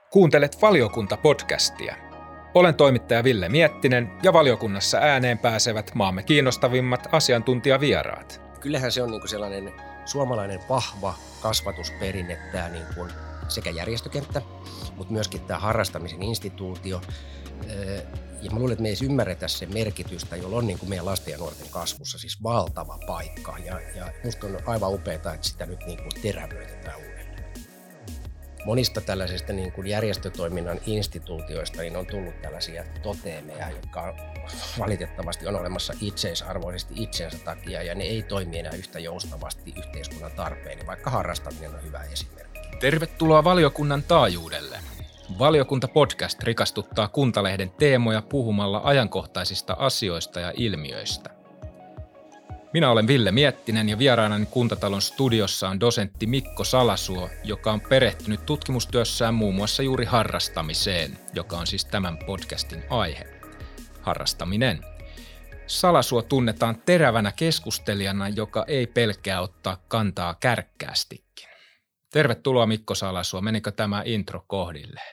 Kuuntelet Valiokunta-podcastia. Olen toimittaja Ville Miettinen ja valiokunnassa ääneen pääsevät maamme kiinnostavimmat asiantuntijavieraat. Kyllähän se on niin kuin sellainen suomalainen vahva kasvatusperinne, tämä niin kuin sekä järjestökenttä, mutta myöskin tämä harrastamisen instituutio. Ja mä luulen, että me ei ymmärretä sen merkitystä, jolla on niin kuin meidän lasten ja nuorten kasvussa siis valtava paikka. Ja musta on aivan upeaa, että sitä nyt niin kuin terävöitetään uudelleen. Monista tällaisista niin kuin järjestötoiminnan instituutioista niin on tullut tällaisia toteemeja, jotka valitettavasti on olemassa itseisarvoisesti itsensä takia, ja ne ei toimi enää yhtä joustavasti yhteiskunnan tarpeen, vaikka harrastaminen on hyvä esimerkki. Tervetuloa valiokunnan taajuudelle. Valiokunta-podcast rikastuttaa Kuntalehden teemoja puhumalla ajankohtaisista asioista ja ilmiöistä. Minä olen Ville Miettinen ja vieraanani Kuntatalon studiossa on dosentti Mikko Salasuo, joka on perehtynyt tutkimustyössään muun muassa juuri harrastamiseen, joka on siis tämän podcastin aihe. Harrastaminen. Salasuo tunnetaan terävänä keskustelijana, joka ei pelkää ottaa kantaa kärkkäästikin. Tervetuloa Mikko Salasuo. Menikö tämä intro kohdilleen?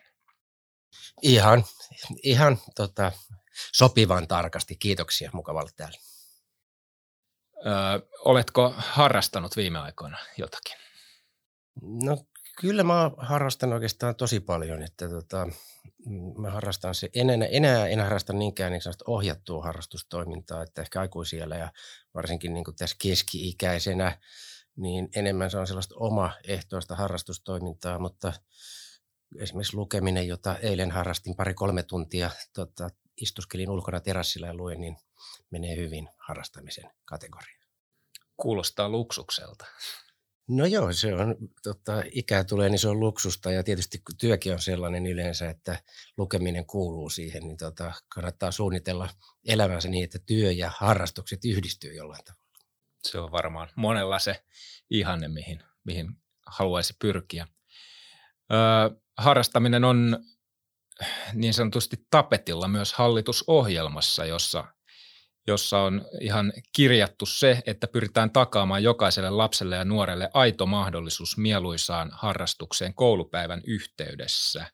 Ihan sopivan tarkasti. Kiitoksia. Mukava olla täällä. Oletko harrastanut viime aikoina jotakin? No kyllä mä harrastan oikeastaan tosi paljon, että mä harrastan se, enää en harrasta niinkään niin ohjattua harrastustoimintaa, että ehkä aikuisiellä ja varsinkin niin kuin tässä keski-ikäisenä, niin enemmän se on sellaista omaehtoista harrastustoimintaa, mutta esimerkiksi lukeminen, jota eilen harrastin 2-3 tuntia, istuskelin ulkona terassilla ja luin, niin menee hyvin harrastamisen kategoriaan. Kuulostaa luksukselta. No joo, se on, ikää tulee, niin se on luksusta, ja tietysti kun työkin on sellainen yleensä, että lukeminen kuuluu siihen, niin kannattaa suunnitella elämänsä niin, että työ ja harrastukset yhdistyy jollain tavalla. Se on varmaan monella se ihanne, mihin haluaisi pyrkiä. Harrastaminen on niin sanotusti tapetilla myös hallitusohjelmassa, jossa on ihan kirjattu se, että pyritään takaamaan jokaiselle lapselle ja nuorelle aito mahdollisuus mieluisaan harrastukseen koulupäivän yhteydessä.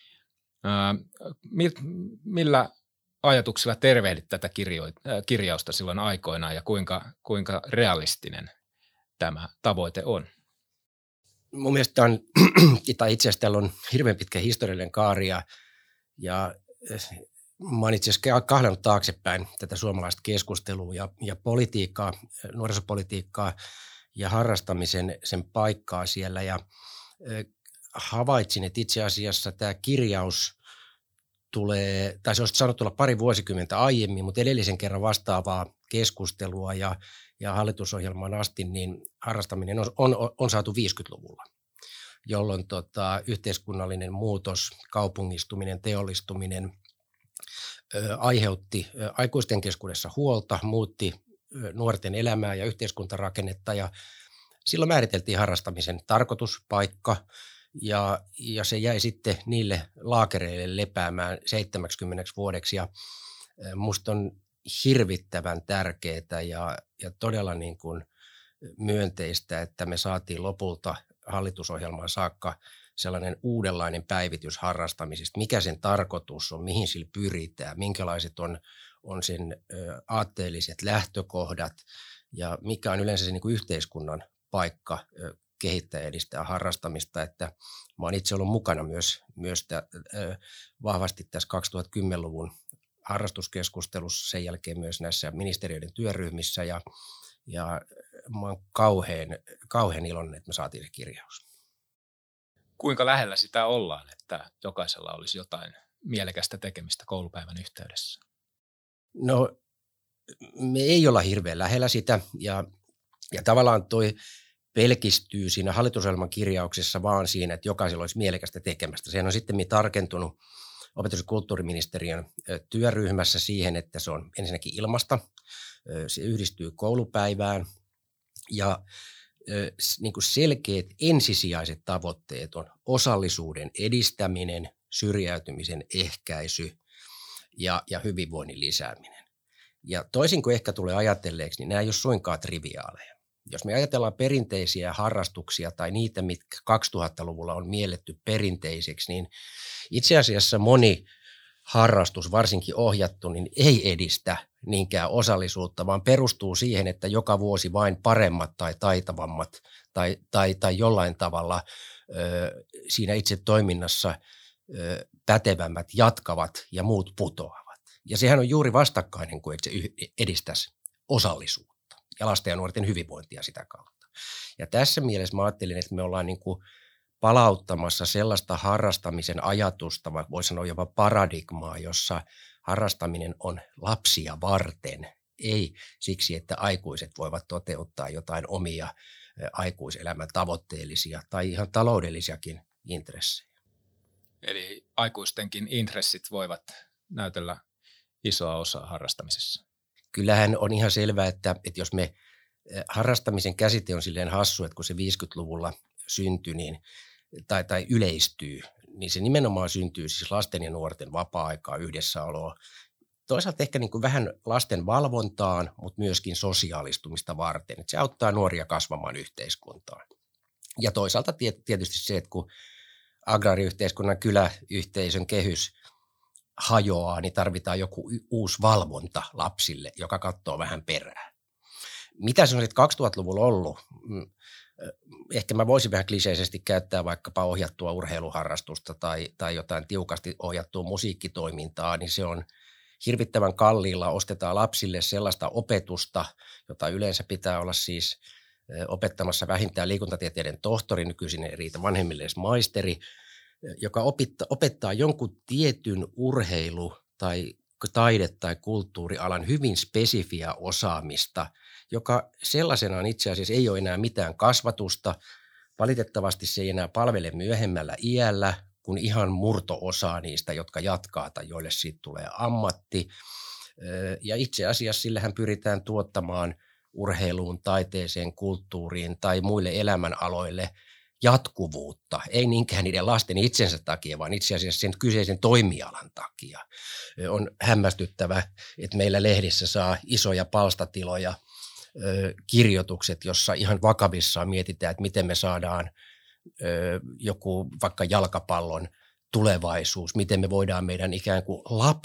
Millä ajatuksilla tervehdit tätä kirjausta silloin aikoinaan ja kuinka realistinen tämä tavoite on? Mun mielestä tai itse asiassa täällä on hirveän pitkä historiallinen kaari ja mä oon itse asiassa kahlannut taaksepäin tätä suomalaista keskustelua ja politiikkaa, nuorisopolitiikkaa ja harrastamisen sen paikkaa siellä, ja havaitsin, että itse asiassa tämä kirjaus tulee, tai se olisi saanut tulla pari vuosikymmentä aiemmin, mutta edellisen kerran vastaavaa keskustelua ja hallitusohjelmaan asti, niin harrastaminen on saatu 50-luvulla, jolloin yhteiskunnallinen muutos, kaupungistuminen, teollistuminen aiheutti aikuisten keskuudessa huolta, muutti nuorten elämää ja yhteiskuntarakennetta, ja silloin määriteltiin harrastamisen tarkoitus, paikka, ja se jäi sitten niille laakereille lepäämään 70 vuodeksi, ja musta on hirvittävän tärkeää ja todella niin kuin myönteistä, että me saatiin lopulta hallitusohjelmaan saakka sellainen uudenlainen päivitys harrastamisesta, mikä sen tarkoitus on, mihin sillä pyritään, minkälaiset on sen aatteelliset lähtökohdat ja mikä on yleensä se niin kuin yhteiskunnan paikka kehittää ja edistää harrastamista. Että mä oon itse ollut mukana myös vahvasti tässä 2010-luvun harrastuskeskustelussa, sen jälkeen myös näissä ministeriöiden työryhmissä, ja mä oon kauhean iloinen, että me saatiin se kirjaus. Kuinka lähellä sitä ollaan, että jokaisella olisi jotain mielekästä tekemistä koulupäivän yhteydessä? No, me ei olla hirveän lähellä sitä, ja tavallaan toi pelkistyy siinä hallitusohjelman kirjauksessa vaan siinä, että jokaisella olisi mielekästä tekemästä. Sehän on sitten tarkentunut opetus- ja kulttuuriministeriön työryhmässä siihen, että se on ensinnäkin ilmasta, se yhdistyy koulupäivään, ja niin kuin selkeät ensisijaiset tavoitteet on osallisuuden edistäminen, syrjäytymisen ehkäisy ja hyvinvoinnin lisääminen. Ja toisin kuin ehkä tulee ajatelleeksi, niin nämä ei ole suinkaan triviaaleja. Jos me ajatellaan perinteisiä harrastuksia tai niitä, mitkä 2000-luvulla on mielletty perinteisiksi, niin itse asiassa moni harrastus, varsinkin ohjattu, niin ei edistä niinkään osallisuutta, vaan perustuu siihen, että joka vuosi vain paremmat tai taitavammat tai jollain tavalla siinä itse toiminnassa pätevämmät jatkavat ja muut putoavat. Ja sehän on juuri vastakkainen kuin, että se edistäisi osallisuutta ja lasten ja nuorten hyvinvointia sitä kautta. Ja tässä mielessä mä ajattelin, että me ollaan niin kuin palauttamassa sellaista harrastamisen ajatusta, vaikka voi sanoa jopa paradigmaa, jossa harrastaminen on lapsia varten, ei siksi, että aikuiset voivat toteuttaa jotain omia aikuiselämän tavoitteellisia tai ihan taloudellisiakin intressejä. Eli aikuistenkin intressit voivat näytellä isoa osaa harrastamisessa. Kyllähän on ihan selvää, että jos me harrastamisen käsite on silleen hassu, että kun se 50-luvulla syntyi tai yleistyy, niin se nimenomaan syntyy siis lasten ja nuorten vapaa-aikaa, yhdessäoloa. Toisaalta ehkä niin kuin vähän lasten valvontaan, mutta myöskin sosiaalistumista varten. Että se auttaa nuoria kasvamaan yhteiskuntaan. Ja toisaalta tietysti se, että kun agraariyhteiskunnan kyläyhteisön kehys hajoaa, niin tarvitaan joku uusi valvonta lapsille, joka katsoo vähän perään. Mitä se on sitten 2000-luvulla ollut? Ehkä mä voisin vähän kliseisesti käyttää vaikkapa ohjattua urheiluharrastusta tai jotain tiukasti ohjattua musiikkitoimintaa, niin se on hirvittävän kalliilla. Ostetaan lapsille sellaista opetusta, jota yleensä pitää olla siis opettamassa vähintään liikuntatieteiden tohtori, nykyisin ei riitä vanhemmille edes maisteri, joka opettaa jonkun tietyn urheilu- tai taide- tai kulttuurialan hyvin spesifiä osaamista, joka sellaisenaan itse asiassa ei ole enää mitään kasvatusta. Valitettavasti se ei enää palvele myöhemmällä iällä, kun ihan murto-osaa niistä, jotka jatkaa tai joille siitä tulee ammatti. Ja itse asiassa sillähän pyritään tuottamaan urheiluun, taiteeseen, kulttuuriin tai muille elämänaloille jatkuvuutta, ei niinkään niiden lasten itsensä takia, vaan itse asiassa sen kyseisen toimialan takia. On hämmästyttävä, että meillä lehdissä saa isoja palstatiloja, kirjoitukset, jossa ihan vakavissaan mietitään, että miten me saadaan joku vaikka jalkapallon tulevaisuus, miten me voidaan meidän ikään kuin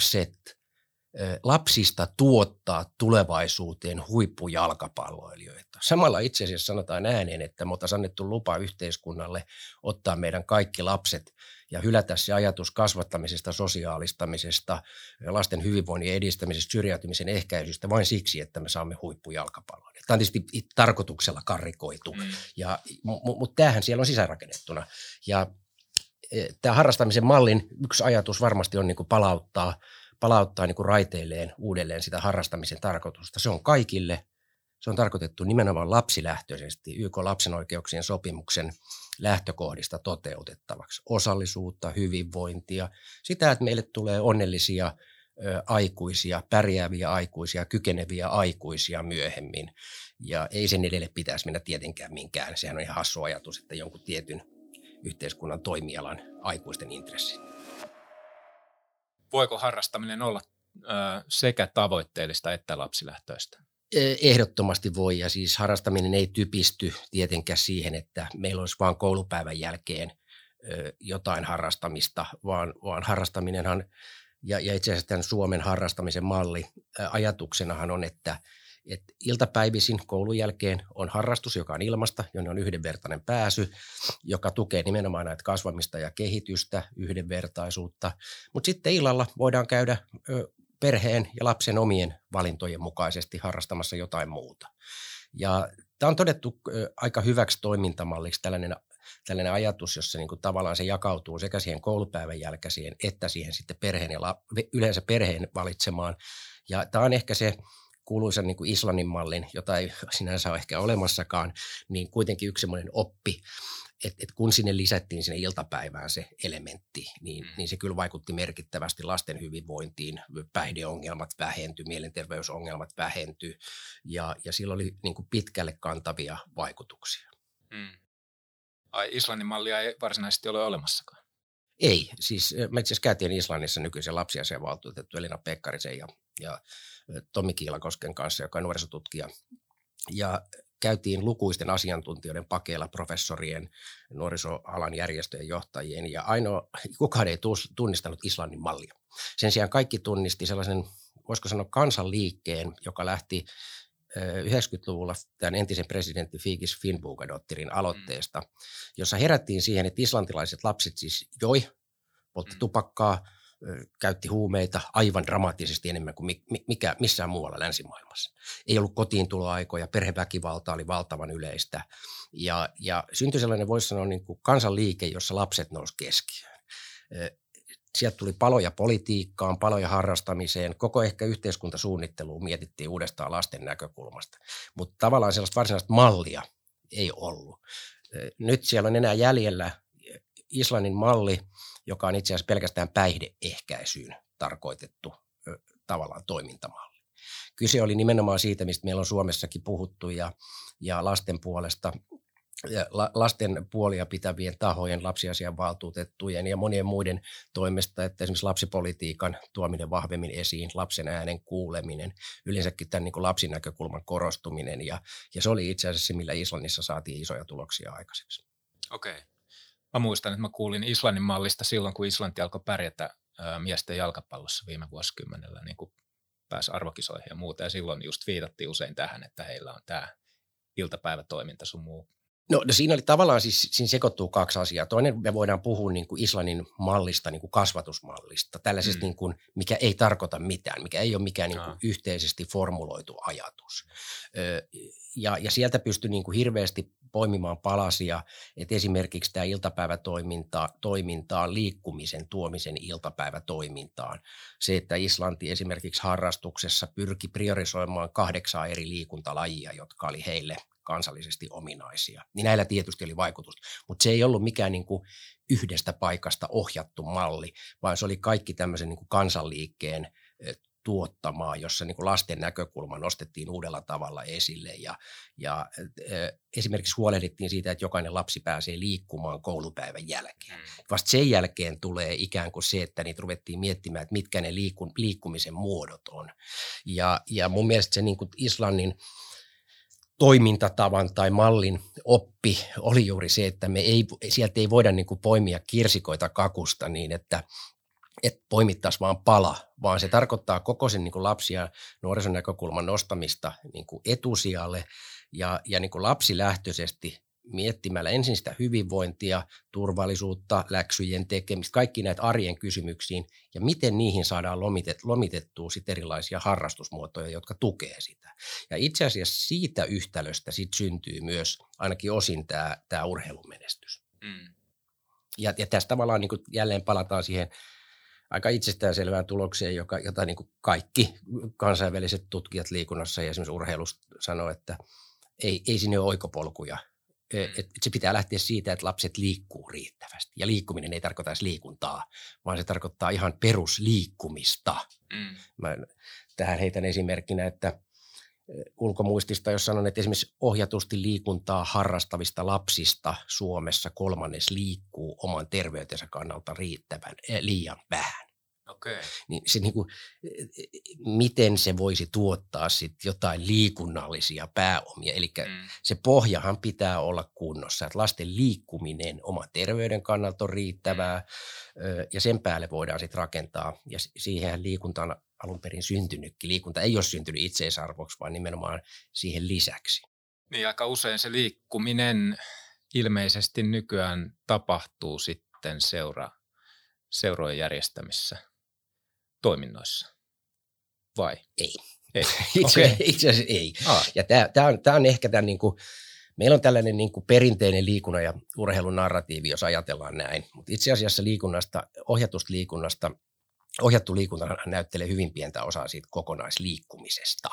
lapsista tuottaa tulevaisuuteen huippujalkapalloilijoita. Samalla itse asiassa sanotaan ääneen, että me oltaisiin annettu lupa yhteiskunnalle ottaa meidän kaikki lapset ja hylätä se ajatus kasvattamisesta, sosiaalistamisesta, lasten hyvinvoinnin edistämisestä, syrjäytymisen ehkäisystä vain siksi, että me saamme huippujälkapallon. Tämä on tietysti tarkoituksella karrikoitu, mutta tämähän siellä on sisäänrakennettuna. Ja tämä harrastamisen mallin yksi ajatus varmasti on niin kuin palauttaa niin kuin raiteilleen uudelleen sitä harrastamisen tarkoitusta. Se on kaikille. Se on tarkoitettu nimenomaan lapsilähtöisesti YK lapsen oikeuksien sopimuksen lähtökohdista toteutettavaksi. Osallisuutta, hyvinvointia, sitä, että meille tulee onnellisia aikuisia, pärjääviä aikuisia, kykeneviä aikuisia myöhemmin. Ja ei sen edelle pitäisi mennä tietenkään minkään. Sehän on ihan hassu ajatus, että jonkun tietyn yhteiskunnan toimialan aikuisten intressi. Voiko harrastaminen olla sekä tavoitteellista että lapsilähtöistä? Ehdottomasti voi, ja siis harrastaminen ei typisty tietenkään siihen, että meillä olisi vain koulupäivän jälkeen jotain harrastamista, vaan harrastaminenhan, ja itse asiassa tämän Suomen harrastamisen malli ajatuksenahan on, että iltapäivisin koulun jälkeen on harrastus, joka on ilmasta, jonne on yhdenvertainen pääsy, joka tukee nimenomaan näitä kasvamista ja kehitystä, yhdenvertaisuutta. Mutta sitten illalla voidaan käydä perheen ja lapsen omien valintojen mukaisesti harrastamassa jotain muuta. Ja tämä on todettu aika hyväksi toimintamalliksi tällainen ajatus, jossa niin kuin tavallaan se jakautuu sekä siihen koulupäivän jälkeiseen että siihen sitten perheen ja yleensä perheen valitsemaan. Ja tämä on ehkä se kuuluisan niin kuin Islannin mallin, jota ei sinänsä ole ehkä olemassakaan, niin kuitenkin yksi semmoinen oppi, että kun sinne lisättiin sinne iltapäivään se elementti, niin se kyllä vaikutti merkittävästi lasten hyvinvointiin, päihdeongelmat vähentyi, mielenterveysongelmat vähentyi ja sillä oli niin kuin pitkälle kantavia vaikutuksia. Ai Islannin mallia ei varsinaisesti ole olemassakaan? Ei, siis me itse asiassa käytiin Islannissa nykyisen lapsiasiainvaltuutettu Elina Pekkarisen ja Tommi Kiilakosken kanssa, joka on nuorisotutkija. Ja käytiin lukuisten asiantuntijoiden pakeilla, professorien, nuorisoalan järjestöjen johtajien, ja kukaan ei tunnistanut Islannin mallia. Sen sijaan kaikki tunnisti sellaisen, voisiko sanoa, kansanliikkeen, joka lähti 90-luvulla tämän entisen presidentti Vigdis Finnbogadottirin aloitteesta, jossa herättiin siihen, että islantilaiset lapset siis joi, poltti tupakkaa, käytti huumeita aivan dramaattisesti enemmän kuin missään muualla länsimaailmassa. Ei ollut kotiintuloaikoja, perheväkivalta oli valtavan yleistä ja syntyi sellainen, voisi sanoa, niin kuin kansanliike, jossa lapset nousi keskiöön. Sieltä tuli paloja politiikkaan, paloja harrastamiseen, koko ehkä yhteiskuntasuunnitteluun mietittiin uudestaan lasten näkökulmasta, mutta tavallaan sellaista varsinaista mallia ei ollut. Nyt siellä on enää jäljellä Islannin malli, joka on itse asiassa pelkästään päihdeehkäisyyn tarkoitettu tavallaan toimintamalli. Kyse oli nimenomaan siitä, mistä meillä on Suomessakin puhuttu ja lasten puolesta, ja lasten puolia pitävien tahojen, lapsiasiainvaltuutettujen ja monien muiden toimesta, että esimerkiksi lapsipolitiikan tuominen vahvemmin esiin, lapsen äänen kuuleminen, yleensäkin tämän niin kuin lapsin näkökulman korostuminen ja se oli itse asiassa se, millä Islannissa saatiin isoja tuloksia aikaiseksi. Okei. Mä muistan, että mä kuulin Islannin mallista silloin, kun Islanti alkoi pärjätä miesten jalkapallossa viime vuosikymmenellä, niin kuin pääsi arvokisoihin ja muuta. Ja silloin just viitattiin usein tähän, että heillä on tämä iltapäivätoiminta sun muu. No siinä oli tavallaan, siis siinä sekoittuu kaksi asiaa. Toinen, me voidaan puhua niin kuin Islannin mallista, niin kuin kasvatusmallista, tällaisesta niin kuin, mikä ei tarkoita mitään, mikä ei ole mikään niin kuin yhteisesti formuloitu ajatus. Ja sieltä pystyi niin kuin hirveästi poimimaan palasia, että esimerkiksi tämä iltapäivätoimintaan, liikkumisen tuomisen iltapäivätoimintaan. Se, että Islanti esimerkiksi harrastuksessa pyrki priorisoimaan 8 eri liikuntalajia, jotka oli heille kansallisesti ominaisia. Niin näillä tietysti oli vaikutusta, mutta se ei ollut mikään niin kuin yhdestä paikasta ohjattu malli, vaan se oli kaikki tämmöisen niin kuin kansanliikkeen tuottamaa, jossa niin kuin lasten näkökulma nostettiin uudella tavalla esille ja esimerkiksi huolehdittiin siitä, että jokainen lapsi pääsee liikkumaan koulupäivän jälkeen. Vasta sen jälkeen tulee ikään kuin se, että niitä ruvettiin miettimään, että mitkä ne liikkumisen muodot on. Ja mun mielestä se niin kuin Islannin toimintatavan tai mallin oppi oli juuri se, että sieltä ei voida niin kuin poimia kirsikoita kakusta niin, että poimittaisiin vaan pala, vaan se tarkoittaa koko sen niin kuin lapsi- ja nuorison näkökulman nostamista niin kuin etusijalle ja niin kuin lapsilähtöisesti miettimällä ensin sitä hyvinvointia, turvallisuutta, läksyjen tekemistä, kaikki näitä arjen kysymyksiin ja miten niihin saadaan lomitettua sit erilaisia harrastusmuotoja, jotka tukee sitä. Ja itse asiassa siitä yhtälöstä sit syntyy myös ainakin osin tämä urheilumenestys. Ja tässä tavallaan niin kuin jälleen palataan siihen aika itsestäänselvään tulokseen, jota niin kuin kaikki kansainväliset tutkijat liikunnassa ja esimerkiksi urheilussa sanoo, että ei sinne ole oikopolkuja. Et se pitää lähteä siitä, että lapset liikkuu riittävästi. Ja liikkuminen ei tarkoita edes liikuntaa, vaan se tarkoittaa ihan perusliikkumista. Mä tähän heitän esimerkkinä, että ulkomuistista, jos sanon, että esimerkiksi ohjatusti liikuntaa harrastavista lapsista Suomessa 1/3 liikkuu oman terveytensä kannalta liian vähän. Okay. Niin se niin kuin, miten se voisi tuottaa sitten jotain liikunnallisia pääomia, eli se pohjahan pitää olla kunnossa, että lasten liikkuminen oman terveyden kannalta on riittävää ja sen päälle voidaan sitten rakentaa ja siihenhän liikunta on alun perin syntynytkin. Liikunta ei ole syntynyt itseisarvoksi, vaan nimenomaan siihen lisäksi. Niin aika usein se liikkuminen ilmeisesti nykyään tapahtuu sitten seurojen järjestämissä toiminnoissa, vai? Ei. Okay. Itse asiassa ei. Ja tämä on ehkä tämän niin kuin, meillä on tällainen niin kuin perinteinen liikunnan ja urheilun narratiivi, jos ajatellaan näin, mutta itse asiassa ohjattu liikunta näyttelee hyvin pientä osaa siitä kokonaisliikkumisesta.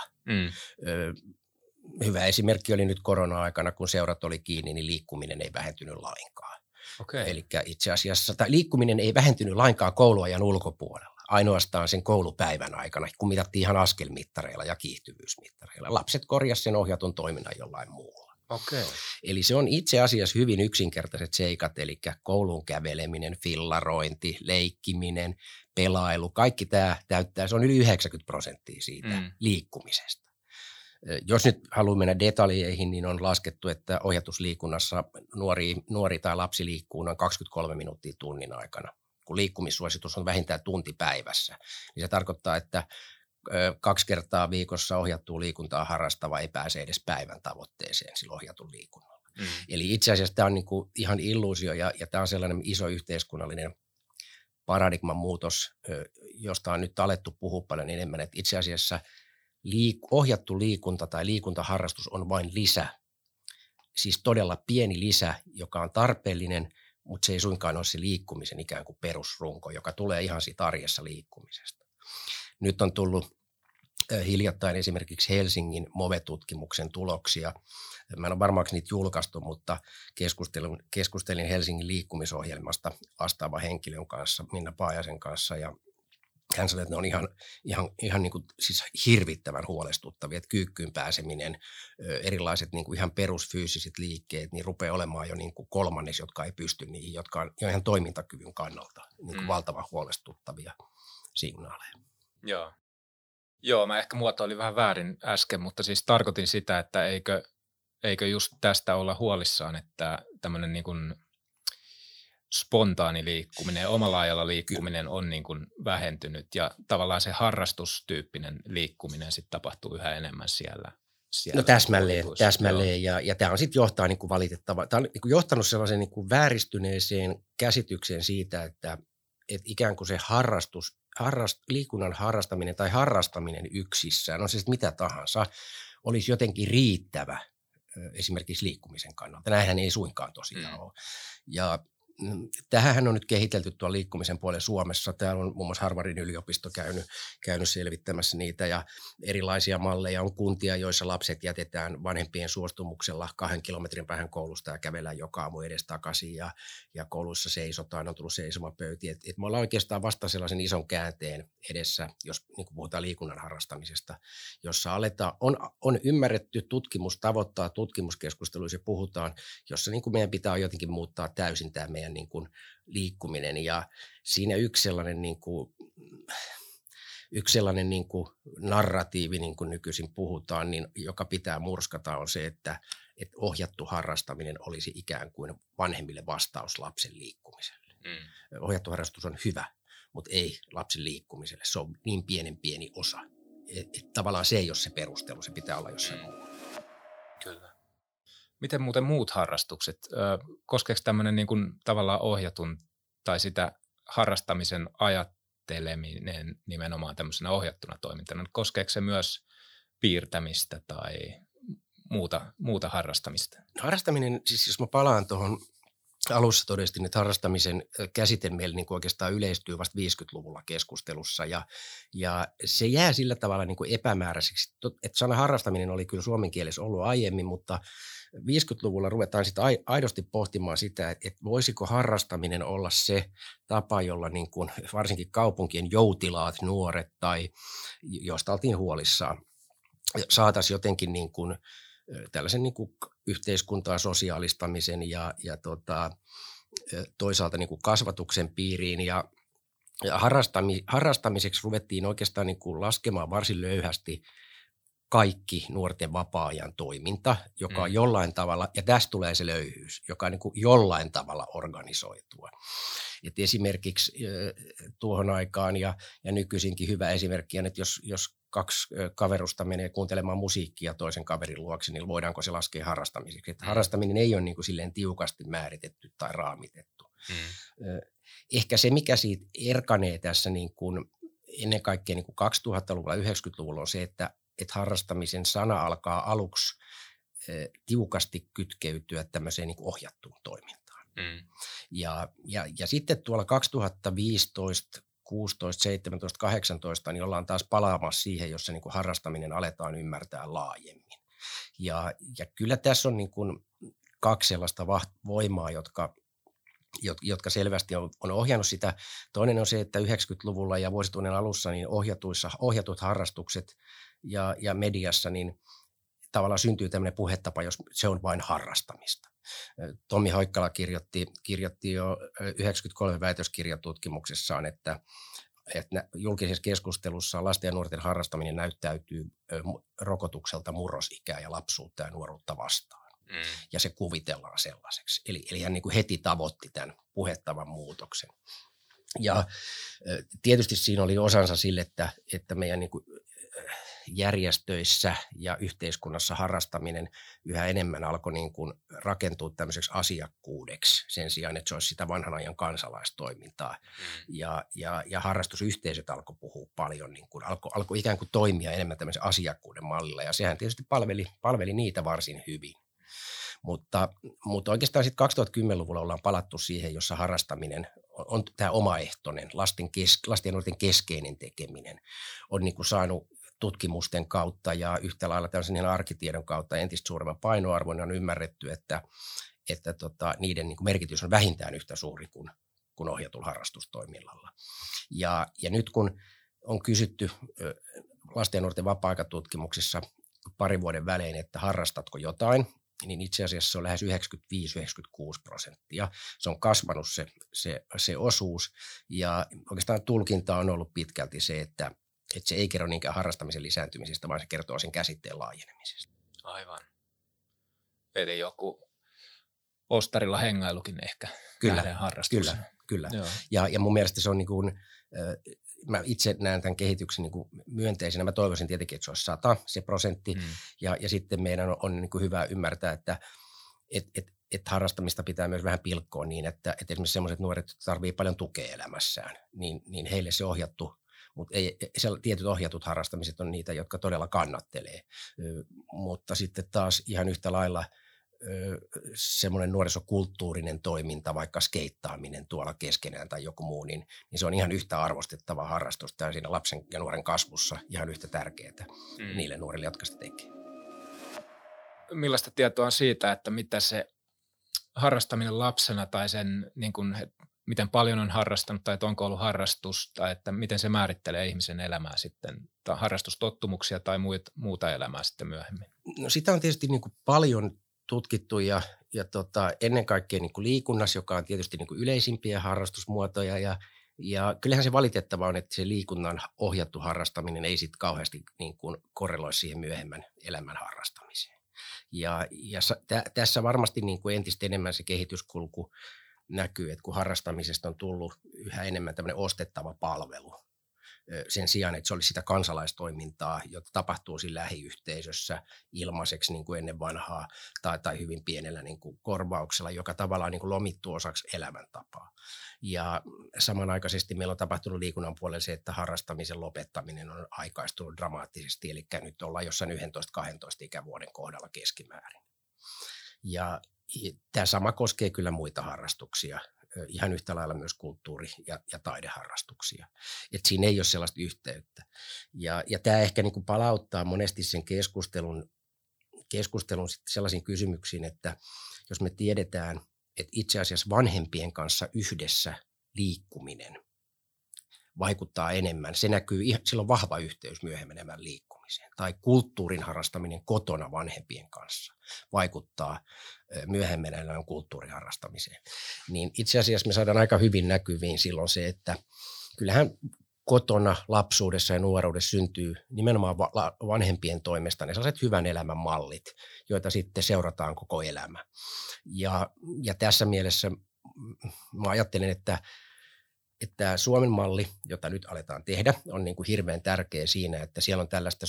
Hyvä esimerkki oli nyt korona-aikana, kun seurat oli kiinni, niin liikkuminen ei vähentynyt lainkaan. Okay. Eli itse asiassa liikkuminen ei vähentynyt lainkaan kouluajan ulkopuolella, ainoastaan sen koulupäivän aikana, kun mitattiin ihan askelmittareilla ja kiihtyvyysmittareilla. Lapset korjasivat sen ohjatun toiminnan jollain muulla. Okay. Eli se on itse asiassa hyvin yksinkertaiset seikat, eli kouluun käveleminen, fillarointi, leikkiminen, pelailu, kaikki tämä täyttää, se on yli 90% siitä liikkumisesta. Jos nyt haluaa mennä detaljeihin, niin on laskettu, että ohjatusliikunnassa nuori tai lapsi liikkuu noin 23 minuuttia tunnin aikana. Kun liikkumissuositus on vähintään tunti päivässä, niin se tarkoittaa, että 2 kertaa viikossa ohjattua liikuntaa harrastava ei pääse edes päivän tavoitteeseen sillä ohjatun liikunnalla. Eli itse asiassa tämä on niin kuin ihan illuusio ja tämä on sellainen iso yhteiskunnallinen paradigman muutos, josta on nyt alettu puhua paljon enemmän, että itse asiassa ohjattu liikunta tai liikuntaharrastus on vain lisä, siis todella pieni lisä, joka on tarpeellinen, mutta se ei suinkaan ole se liikkumisen ikään kuin perusrunko, joka tulee ihan siitä arjessa liikkumisesta. Nyt on tullut hiljattain esimerkiksi Helsingin MOVE-tutkimuksen tuloksia. Mä en ole varmaan niitä julkaistu, mutta keskustelin Helsingin liikkumisohjelmasta vastaavan henkilön kanssa, Minna Paajasen kanssa, ja hän sanoi, että ne on ihan niin kuin, siis hirvittävän huolestuttavia, että kyykkyyn pääseminen, erilaiset niin kuin ihan perusfyysiset liikkeet, niin rupeaa olemaan jo niin kuin kolmannes, jotka ei pysty niihin, jotka on jo ihan toimintakyvyn kannalta niin kuin valtavan huolestuttavia signaaleja. Joo, mä ehkä muotoilin vähän väärin äsken, mutta siis tarkoitin sitä, että eikö just tästä olla huolissaan, että tämmöinen niin kuin spontaani liikkuminen ja omalla ajalla liikkuminen on niin kuin vähentynyt ja tavallaan se harrastustyyppinen liikkuminen sitten tapahtuu yhä enemmän siellä. No täsmälleen ja tämä on sitten johtaa niin kuin valitettavaa. Tämä on niin kuin johtanut sellaisen niin kuin vääristyneeseen käsitykseen siitä, että ikään kuin se liikunnan harrastaminen tai harrastaminen yksissään, on se sitten mitä tahansa, olisi jotenkin riittävä esimerkiksi liikkumisen kannalta. Näinhän ei suinkaan tosiaan ole. Ja tähän on nyt kehitelty tuon liikkumisen puolen Suomessa. Täällä on muun muassa Harvardin yliopisto käynyt selvittämässä niitä ja erilaisia malleja. On kuntia, joissa lapset jätetään vanhempien suostumuksella 2 kilometrin päähän koulusta ja kävellään joka aamu edestakaisin ja kouluissa seisotaan, on tullut seisomapöytiä. Et me ollaan oikeastaan vasta sellaisen ison käänteen edessä, jos niin kuin puhutaan liikunnan harrastamisesta, jossa on ymmärretty tutkimus tavoittaa tutkimuskeskusteluissa puhutaan, jossa niin kuin meidän pitää jotenkin muuttaa täysin tämä meidän niin kuin liikkuminen ja siinä yksi sellainen niin kuin narratiivi, niin kuin nykyisin puhutaan, niin joka pitää murskata on se, että ohjattu harrastaminen olisi ikään kuin vanhemmille vastaus lapsen liikkumiselle. Ohjattu harrastus on hyvä, mutta ei lapsen liikkumiselle. Se on niin pieni osa. Tavallaan se ei ole se perustelu, se pitää olla jossain muualla. Kyllä. Miten muuten muut harrastukset? Koskeeko tämmöinen niin kuin tavallaan ohjatun tai sitä harrastamisen ajatteleminen nimenomaan tämmöisenä ohjattuna toimintana? Koskeeko se myös piirtämistä tai muuta harrastamista? Harrastaminen, siis jos mä palaan tuohon alussa todistin, että harrastamisen käsite meillä niin kuin oikeastaan yleistyy vasta 50-luvulla keskustelussa ja se jää sillä tavalla niin kuin epämääräiseksi, että sana harrastaminen oli kyllä suomen kielessä ollut aiemmin, mutta 50-luvulla ruvetaan sitten aidosti pohtimaan sitä, että voisiko harrastaminen olla se tapa, jolla niin kuin varsinkin kaupunkien joutilaat nuoret tai joista oltiin huolissaan saataisiin jotenkin niin kuin tällaisen niin kuin yhteiskuntaa sosiaalistamisen ja toisaalta niin kuin kasvatuksen piiriin ja harrastamiseksi ruvettiin oikeastaan niin kuin laskemaan varsin löyhästi kaikki nuorten vapaa-ajan toiminta, joka on jollain tavalla, ja tästä tulee se löyhyys, joka on niin kuin jollain tavalla organisoitua. Et esimerkiksi tuohon aikaan ja nykyisinkin hyvä esimerkki on, että jos 2 kaverusta menee kuuntelemaan musiikkia toisen kaverin luokse, niin voidaanko se laskea harrastamiseksi. Että harrastaminen ei ole niin kuin silleen tiukasti määritetty tai raamitettu. Ehkä se, mikä siitä erkanee tässä niin kuin ennen kaikkea niin kuin 2000-luvulla, 90-luvulla on se, että harrastamisen sana alkaa aluksi tiukasti kytkeytyä tämmöiseen niin kuin ohjattuun toimintaan. Ja sitten tuolla 2015, 16, 17, 18, niin ollaan taas palaamassa siihen, jossa niin kuin harrastaminen aletaan ymmärtää laajemmin. Ja kyllä tässä on niin kuin 2 sellaista voimaa, jotka selvästi on ohjannut sitä. Toinen on se, että 90-luvulla ja vuosituhannen alussa niin ohjatut harrastukset ja mediassa niin tavallaan syntyy tämmöinen puhetapa, jos se on vain harrastamista. Tommi Hoikkala kirjoitti jo 93 väitöskirjatutkimuksessaan, että että julkisessa keskustelussa lasten ja nuorten harrastaminen näyttäytyy rokotukselta murrosikää ja lapsuutta ja nuoruutta vastaan. Ja se kuvitellaan sellaiseksi. Eli hän niin kuin heti tavoitti tämän puhettavan muutoksen. Ja tietysti siinä oli osansa sille, että meidän niin kuin järjestöissä ja yhteiskunnassa harrastaminen yhä enemmän alkoi niin kuin rakentua tämmöiseksi asiakkuudeksi sen sijaan, että se olisi sitä vanhan ajan kansalaistoimintaa. Ja harrastusyhteisöt alkoi puhua paljon, niin kuin alkoi ikään kuin toimia enemmän tämmöisen asiakkuuden mallilla, ja sehän tietysti palveli niitä varsin hyvin. Mutta oikeastaan sitten 2010-luvulla ollaan palattu siihen, jossa harrastaminen on tämä omaehtoinen, lasten ja nuorten keskeinen tekeminen on niin kuin saanut tutkimusten kautta ja yhtä lailla tällaisen arkitiedon kautta entistä suuremman painoarvon, on ymmärretty, että niiden niin kuin merkitys on vähintään yhtä suuri kuin ohjatulla harrastustoiminnalla. Ja nyt kun on kysytty lasten ja nuorten vapaa-aikatutkimuksissa parin vuoden välein, että harrastatko jotain, niin itse asiassa se on lähes 95-96%. Se on kasvanut se osuus, ja oikeastaan tulkinta on ollut pitkälti se, että se ei kerro niinkään harrastamisen lisääntymisestä, vaan se kertoo sen käsitteen laajenemisesta. Aivan. Eli joku ostarilla hengailukin ehkä. Kyllä. Ja mun mielestä se on niin kuin, mä itse näen tämän kehityksen niin kuin myönteisenä. Mä toivoisin tietenkin, että se olisi 100 se prosentti. Ja sitten meidän on niin kuin hyvä ymmärtää, että harrastamista pitää myös vähän pilkkoa niin, että esimerkiksi sellaiset nuoret, jotka tarvitsevat paljon tukea elämässään, niin heille se ohjattu, mutta tietyt ohjatut harrastamiset on niitä, jotka todella kannattelee. Mutta sitten taas ihan yhtä lailla semmoinen nuorisokulttuurinen toiminta, vaikka skeittaaminen tuolla keskenään tai joku muu, niin se on ihan yhtä arvostettava harrastus tai siinä lapsen ja nuoren kasvussa ihan yhtä tärkeää niille nuorille, jotka sitä tekee. Millaista tietoa on siitä, että mitä se harrastaminen lapsena tai sen, niin kuin, miten paljon on harrastanut tai että onko ollut harrastusta, että miten se määrittelee ihmisen elämää sitten, tai harrastustottumuksia tai muuta elämää sitten myöhemmin? No sitä on tietysti niin kuin paljon tutkittu ja ennen kaikkea niin kuin liikunnassa, joka on tietysti niin kuin yleisimpiä harrastusmuotoja ja kyllähän se valitettava on, että se liikunnan ohjattu harrastaminen ei sitten kauheasti niin kuin korreloi siihen myöhemmän elämän harrastamiseen. Ja tässä varmasti niin kuin entistä enemmän se kehityskulku näkyy, että kun harrastamisesta on tullut yhä enemmän tämmöinen ostettava palvelu, sen sijaan, että se olisi sitä kansalaistoimintaa, jota tapahtuu siinä lähiyhteisössä ilmaiseksi niin kuin ennen vanhaa tai hyvin pienellä niin kuin korvauksella, joka tavallaan niin kuin lomittuu osaksi elämäntapaa. Ja samanaikaisesti meillä on tapahtunut liikunnan puolella se, että harrastamisen lopettaminen on aikaistunut dramaattisesti, eli nyt ollaan jossain 11-12 ikävuoden kohdalla keskimäärin. Ja tämä sama koskee kyllä muita harrastuksia, ihan yhtä lailla myös kulttuuri- ja taideharrastuksia. Et siinä ei ole sellaista yhteyttä. Ja tämä ehkä niin kuin palauttaa monesti sen keskustelun sellaisiin kysymyksiin, että jos me tiedetään, että itse asiassa vanhempien kanssa yhdessä liikkuminen vaikuttaa enemmän, se näkyy, sillä on vahva yhteys myöhemmin enemmän liikkumiseen. Tai kulttuurin harrastaminen kotona vanhempien kanssa vaikuttaa myöhemmin enemmän kulttuuriharrastamiseen. Niin itse asiassa me saadaan aika hyvin näkyviin silloin se, että kyllähän kotona, lapsuudessa ja nuoruudessa syntyy nimenomaan vanhempien toimesta ne sellaiset hyvän elämän mallit, joita sitten seurataan koko elämä. Ja tässä mielessä mä ajattelen, että Suomen malli, jota nyt aletaan tehdä, on niin kuin hirveän tärkeä siinä, että siellä on tällaista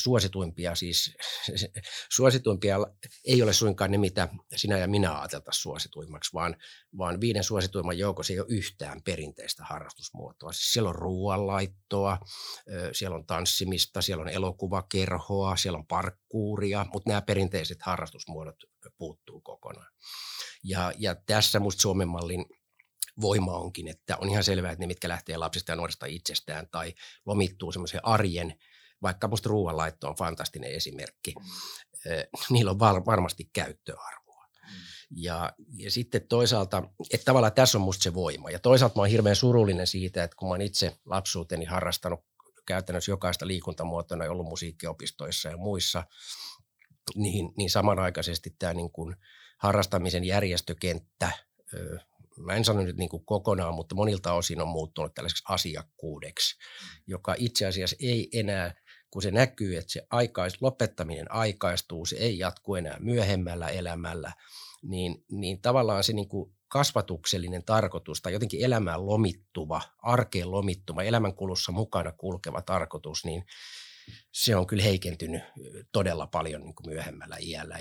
suosituimpia ei ole suinkaan ne, mitä sinä ja minä ajateltaisiin suosituimmaksi, vaan 5 suosituimman joukossa ei ole yhtään perinteistä harrastusmuotoa. Siis siellä on ruoanlaittoa, siellä on tanssimista, siellä on elokuvakerhoa, siellä on parkkuuria, mutta nämä perinteiset harrastusmuodot puuttuu kokonaan. Ja tässä musta Suomen mallin voima onkin, että on ihan selvää, että ne, mitkä lähtee lapsista ja nuorista itsestään tai lomittuu semmoisen arjen, vaikka musta ruoanlaitto on fantastinen esimerkki, niillä on varmasti käyttöarvoa. Ja sitten toisaalta, että tavallaan tässä on musta se voima. Ja toisaalta mä oon hirveän surullinen siitä, että kun mä oon itse lapsuuteni harrastanut käytännössä jokaista liikuntamuotona, ollut musiikkiopistoissa ja muissa, niin samanaikaisesti tämä niin kuin harrastamisen järjestökenttä mä en sano nyt niin kuin kokonaan, mutta monilta osin on muuttunut tällaiseksi asiakkuudeksi, joka itse asiassa ei enää, kun se näkyy, että se lopettaminen aikaistuu, se ei jatku enää myöhemmällä elämällä, niin tavallaan se niin kuin kasvatuksellinen tarkoitus tai jotenkin elämään lomittuva, arkeen lomittuva, elämänkulussa mukana kulkeva tarkoitus, niin se on kyllä heikentynyt todella paljon niin kuin myöhemmällä iällä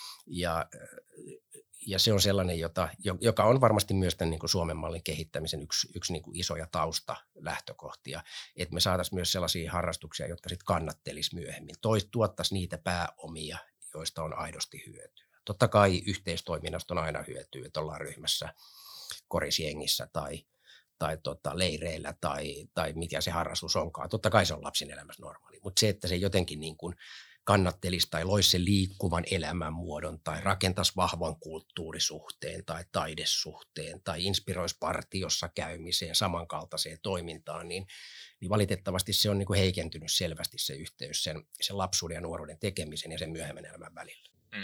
ja se on sellainen, joka on varmasti myös tämän niin kuin Suomen mallin kehittämisen yksi niin kuin isoja taustalähtökohtia, että me saataisiin myös sellaisia harrastuksia, jotka sitten kannattelisi myöhemmin, tuottaisi niitä pääomia, joista on aidosti hyötyä. Totta kai yhteistoiminnasta on aina hyötyä, että ollaan ryhmässä, korisjengissä tai leireillä tai mikä se harrastus onkaan. Totta kai se on lapsen elämässä normaali, mutta se, että se jotenkin niin kuin kannattelisi tai loisi sen liikkuvan elämänmuodon tai rakentaisi vahvan kulttuurisuhteen tai taidesuhteen tai inspiroisi partiossa käymiseen, samankaltaiseen toimintaan, niin valitettavasti se on niin kuin heikentynyt selvästi se yhteys sen lapsuuden ja nuoruuden tekemisen ja sen myöhemmän elämän välillä.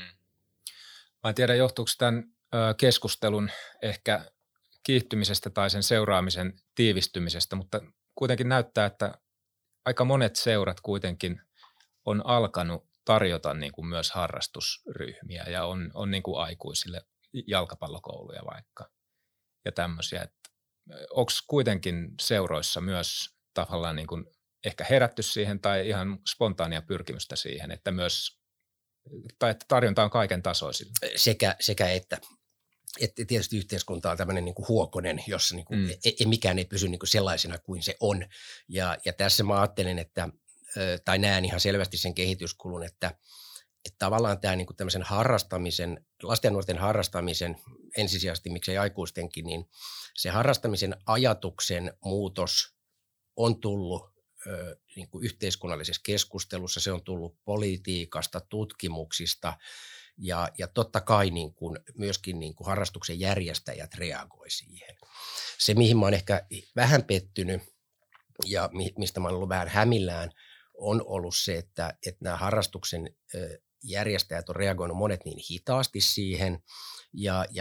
Mä en tiedä, johtuuko tämän keskustelun ehkä kiihtymisestä tai sen seuraamisen tiivistymisestä, mutta kuitenkin näyttää, että aika monet seurat kuitenkin on alkanut tarjota niin kuin myös harrastusryhmiä ja on niin kuin aikuisille jalkapallokouluja vaikka ja tämmöisiä. Onko kuitenkin seuroissa myös tavallaan niin kuin ehkä herätty siihen tai ihan spontaania pyrkimystä siihen, että myös tai että tarjonta on kaiken tasoisilla? Sekä että tietysti yhteiskunta on tämmöinen niin kuin huokonen, jossa niin kuin mikään ei pysy niin kuin sellaisena kuin se on. Ja tässä mä ajattelen, tai näen ihan selvästi sen kehityskulun, että tavallaan tämä niin kuin tämmöisen harrastamisen, lasten ja nuorten harrastamisen, ensisijaisesti miksei aikuistenkin, niin se harrastamisen ajatuksen muutos on tullut niin kuin yhteiskunnallisessa keskustelussa, se on tullut politiikasta, tutkimuksista ja totta kai niin kuin myöskin niin kuin harrastuksen järjestäjät reagoi siihen. Se, mihin mä oon ehkä vähän pettynyt ja mistä mä oon ollut vähän hämillään, on ollut se, että nämä harrastuksen järjestäjät on reagoinut monet niin hitaasti siihen ja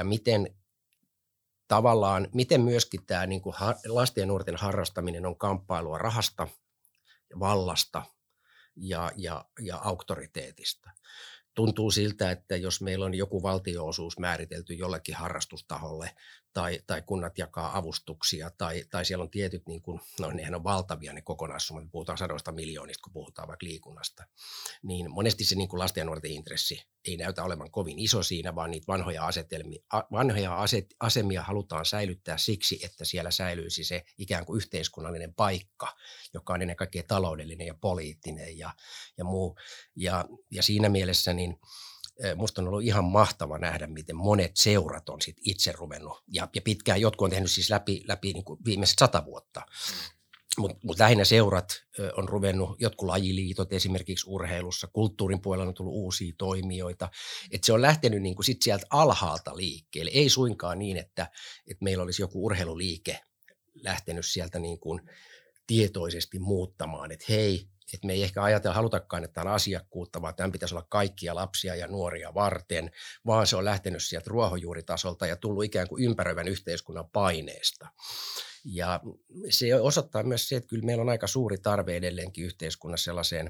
miten myöskin tämä niin kuin lasten ja nuorten harrastaminen on kamppailua rahasta, vallasta ja auktoriteetista. Tuntuu siltä, että jos meillä on joku valtio-osuus määritelty jollekin harrastustaholle tai kunnat jakaa avustuksia tai siellä on tietyt, niin kuin, nehän on valtavia ne kokonaissummat, puhutaan 100 miljoonista, kun puhutaan vaikka liikunnasta, niin monesti se niin kuin lasten ja nuorten intressi ei näytä olevan kovin iso siinä, vaan niitä vanhoja asemia halutaan säilyttää siksi, että siellä säilyisi se ikään kuin yhteiskunnallinen paikka, joka on ennen kaikkea taloudellinen ja poliittinen ja muu. Ja siinä mielessä niin musta on ollut ihan mahtava nähdä, miten monet seurat on sit itse ruvennut, ja pitkään jotkut on tehnyt siis läpi niin kuin viimeiset 100 vuotta, mutta lähinnä seurat on ruvennut, jotkut lajiliitot esimerkiksi urheilussa, kulttuurin puolella on tullut uusia toimijoita, että se on lähtenyt niin kuin sit sieltä alhaalta liikkeelle, ei suinkaan niin, että meillä olisi joku urheiluliike lähtenyt sieltä niin kuin tietoisesti muuttamaan, että hei, että me ei ehkä halutakaan, että tämä on asiakkuutta, vaan tämän pitäisi olla kaikkia lapsia ja nuoria varten, vaan se on lähtenyt sieltä ruohonjuuritasolta ja tullut ikään kuin ympäröivän yhteiskunnan paineesta. Ja se osoittaa myös se, että kyllä meillä on aika suuri tarve edelleenkin yhteiskunnassa sellaiseen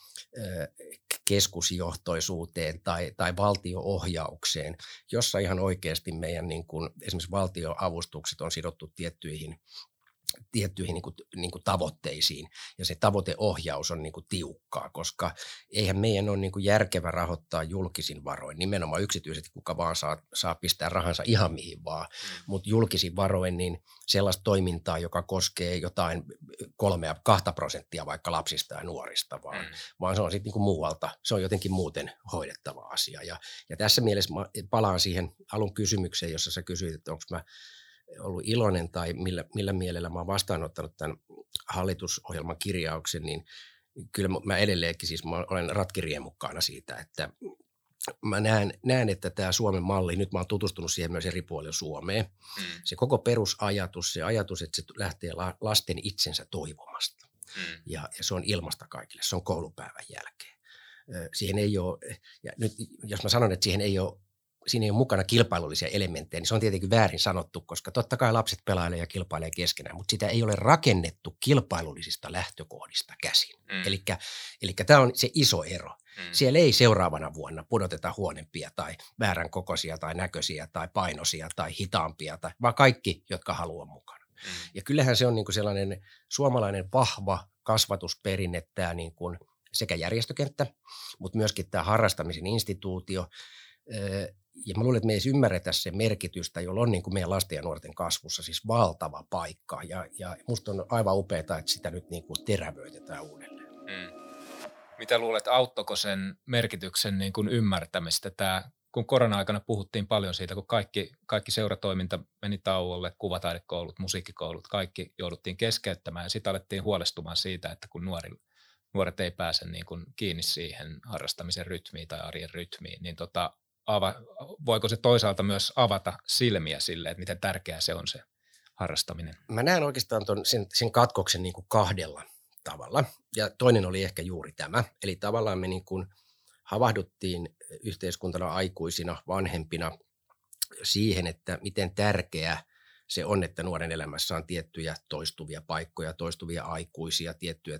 keskusjohtoisuuteen tai valtio-ohjaukseen, jossa ihan oikeasti meidän niin kuin, esimerkiksi valtioavustukset on sidottu tiettyihin niin kuin tavoitteisiin, ja se tavoiteohjaus on niin kuin tiukkaa, koska eihän meidän ole niin kuin järkevä rahoittaa julkisin varoin, nimenomaan yksityisesti, kuka vaan saa pistää rahansa ihan mihin vaan, mutta julkisin varoin niin sellaista toimintaa, joka koskee jotain 3-2% vaikka lapsista ja nuorista, vaan se on sitten niin kuin muualta, se on jotenkin muuten hoidettava asia, ja tässä mielessä mä palaan siihen alun kysymykseen, jossa sä kysyit, että onko mä ollut iloinen tai millä mielellä mä oon vastaanottanut tämän hallitusohjelman kirjauksen, niin kyllä mä edelleenkin siis mä olen ratkiriemukkaana siitä, että mä näen, että tämä Suomen malli, nyt mä oon tutustunut siihen myös eri puolilla Suomeen, se koko perusajatus, se ajatus, että se lähtee lasten itsensä toivomasta ja se on ilmasta kaikille, se on koulupäivän jälkeen. Siihen ei ole, ja nyt jos mä sanon, että siihen ei ole siinä ei ole mukana kilpailullisia elementtejä, niin se on tietenkin väärin sanottu, koska totta kai lapset pelailee ja kilpailee keskenään, mutta sitä ei ole rakennettu kilpailullisista lähtökohdista käsin. Eli tämä on se iso ero. Siellä ei seuraavana vuonna pudoteta huonompia tai väärän kokoisia tai näköisiä tai painoisia tai hitaampia, vaan kaikki, jotka haluaa mukana. Ja kyllähän se on niin kuin sellainen suomalainen vahva kasvatusperinne, tämä niin kuin sekä järjestökenttä, mutta myöskin tämä harrastamisen instituutio. Ja mä luulen, että me ei edes ymmärretä sen merkitystä, jolla on niin kuin meidän lasten ja nuorten kasvussa siis valtava paikka. Ja musta on aivan upeaa, että sitä nyt niin kuin terävöitetään uudelleen. Mitä luulet, auttoiko sen merkityksen niin kuin ymmärtämistä? Kun korona-aikana puhuttiin paljon siitä, kun kaikki seuratoiminta meni tauolle, kuvataidekoulut, musiikkikoulut, kaikki jouduttiin keskeyttämään ja sitten alettiin huolestumaan siitä, että kun nuoret ei pääse niin kuin kiinni siihen harrastamisen rytmiin tai arjen rytmiin, niin voiko se toisaalta myös avata silmiä sille, että miten tärkeää se on se harrastaminen? Mä näen oikeastaan sen katkoksen niin kuin kahdella tavalla. Ja toinen oli ehkä juuri tämä. Eli tavallaan me niin kuin havahduttiin yhteiskuntana aikuisina, vanhempina siihen, että miten tärkeää se on, että nuoren elämässä on tiettyjä toistuvia paikkoja, toistuvia aikuisia, tiettyä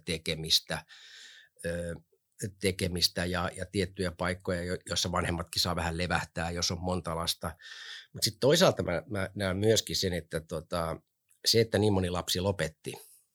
tekemistä ja tiettyjä paikkoja, joissa vanhemmatkin saa vähän levähtää, jos on monta lasta. Mutta sitten toisaalta mä näen myöskin sen, että se, että niin moni lapsi lopetti,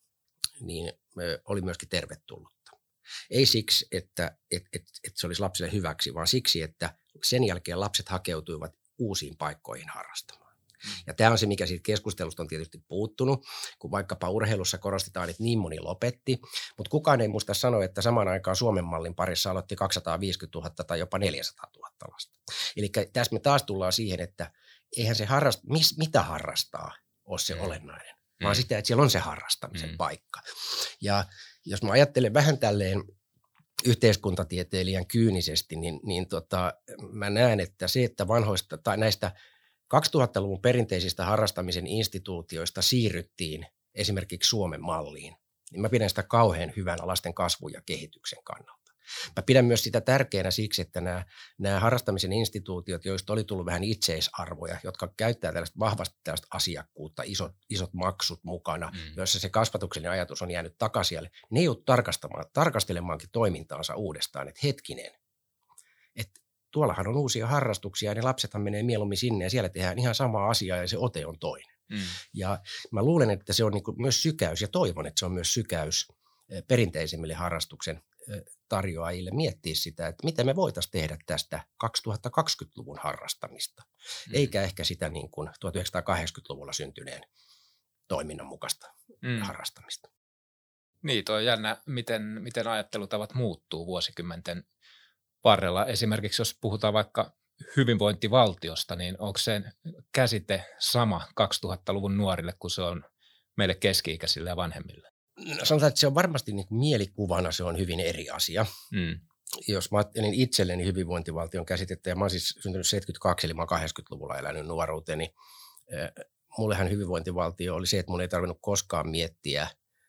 niin oli myöskin tervetullutta. Ei siksi, että se olisi lapsille hyväksi, vaan siksi, että sen jälkeen lapset hakeutuivat uusiin paikkoihin harrastamaan. Ja tämä on se, mikä siitä keskustelusta on tietysti puuttunut, kun vaikkapa urheilussa korostetaan, että niin moni lopetti, mutta kukaan ei muista sanoa, että samaan aikaan Suomen mallin parissa aloitti 250 000 tai jopa 400 000 lasta. Eli tässä me taas tullaan siihen, että eihän se mitä harrastaa ole se olennainen, vaan sitä, että siellä on se harrastamisen paikka. Ja jos mä ajattelen vähän tälleen yhteiskuntatieteilijän kyynisesti, niin mä näen, että se, että vanhoista tai näistä 2000-luvun perinteisistä harrastamisen instituutioista siirryttiin esimerkiksi Suomen malliin, niin mä pidän sitä kauhean hyvänä lasten kasvun ja kehityksen kannalta. Mä pidän myös sitä tärkeänä siksi, että nämä harrastamisen instituutiot, joista oli tullut vähän itseisarvoja, jotka käyttää vahvasti tällaista asiakkuutta, isot maksut mukana, joissa se kasvatuksellinen ajatus on jäänyt takaisin, ne joudut tarkastelemaankin toimintaansa uudestaan, että hetkinen, että tuollahan on uusia harrastuksia ja ne lapsethan menee mieluummin sinne ja siellä tehdään ihan samaa asiaa ja se ote on toinen. Ja mä luulen, että se on niin kuin myös sykäys ja toivon, että se on myös sykäys perinteisemmille harrastuksen tarjoajille miettiä sitä, että miten me voitaisiin tehdä tästä 2020-luvun harrastamista, eikä ehkä sitä niin kuin 1980-luvulla syntyneen toiminnan mukaista harrastamista. Niin, tuo on jännä, miten ajattelutavat muuttuu vuosikymmenten varrella. Esimerkiksi jos puhutaan vaikka hyvinvointivaltiosta, niin onko se käsite sama 2000-luvun nuorille kuin se on meille keski-ikäisille ja vanhemmille? No, sanotaan, että se on varmasti niin kuin mielikuvana se on hyvin eri asia. Jos mä ajattelin itselleni hyvinvointivaltion käsitettä, ja mä oon siis syntynyt 72, eli mä oon 80-luvulla elänyt nuoruuteni. Mullehan hyvinvointivaltio oli se, että mun ei tarvinnut koskaan miettiä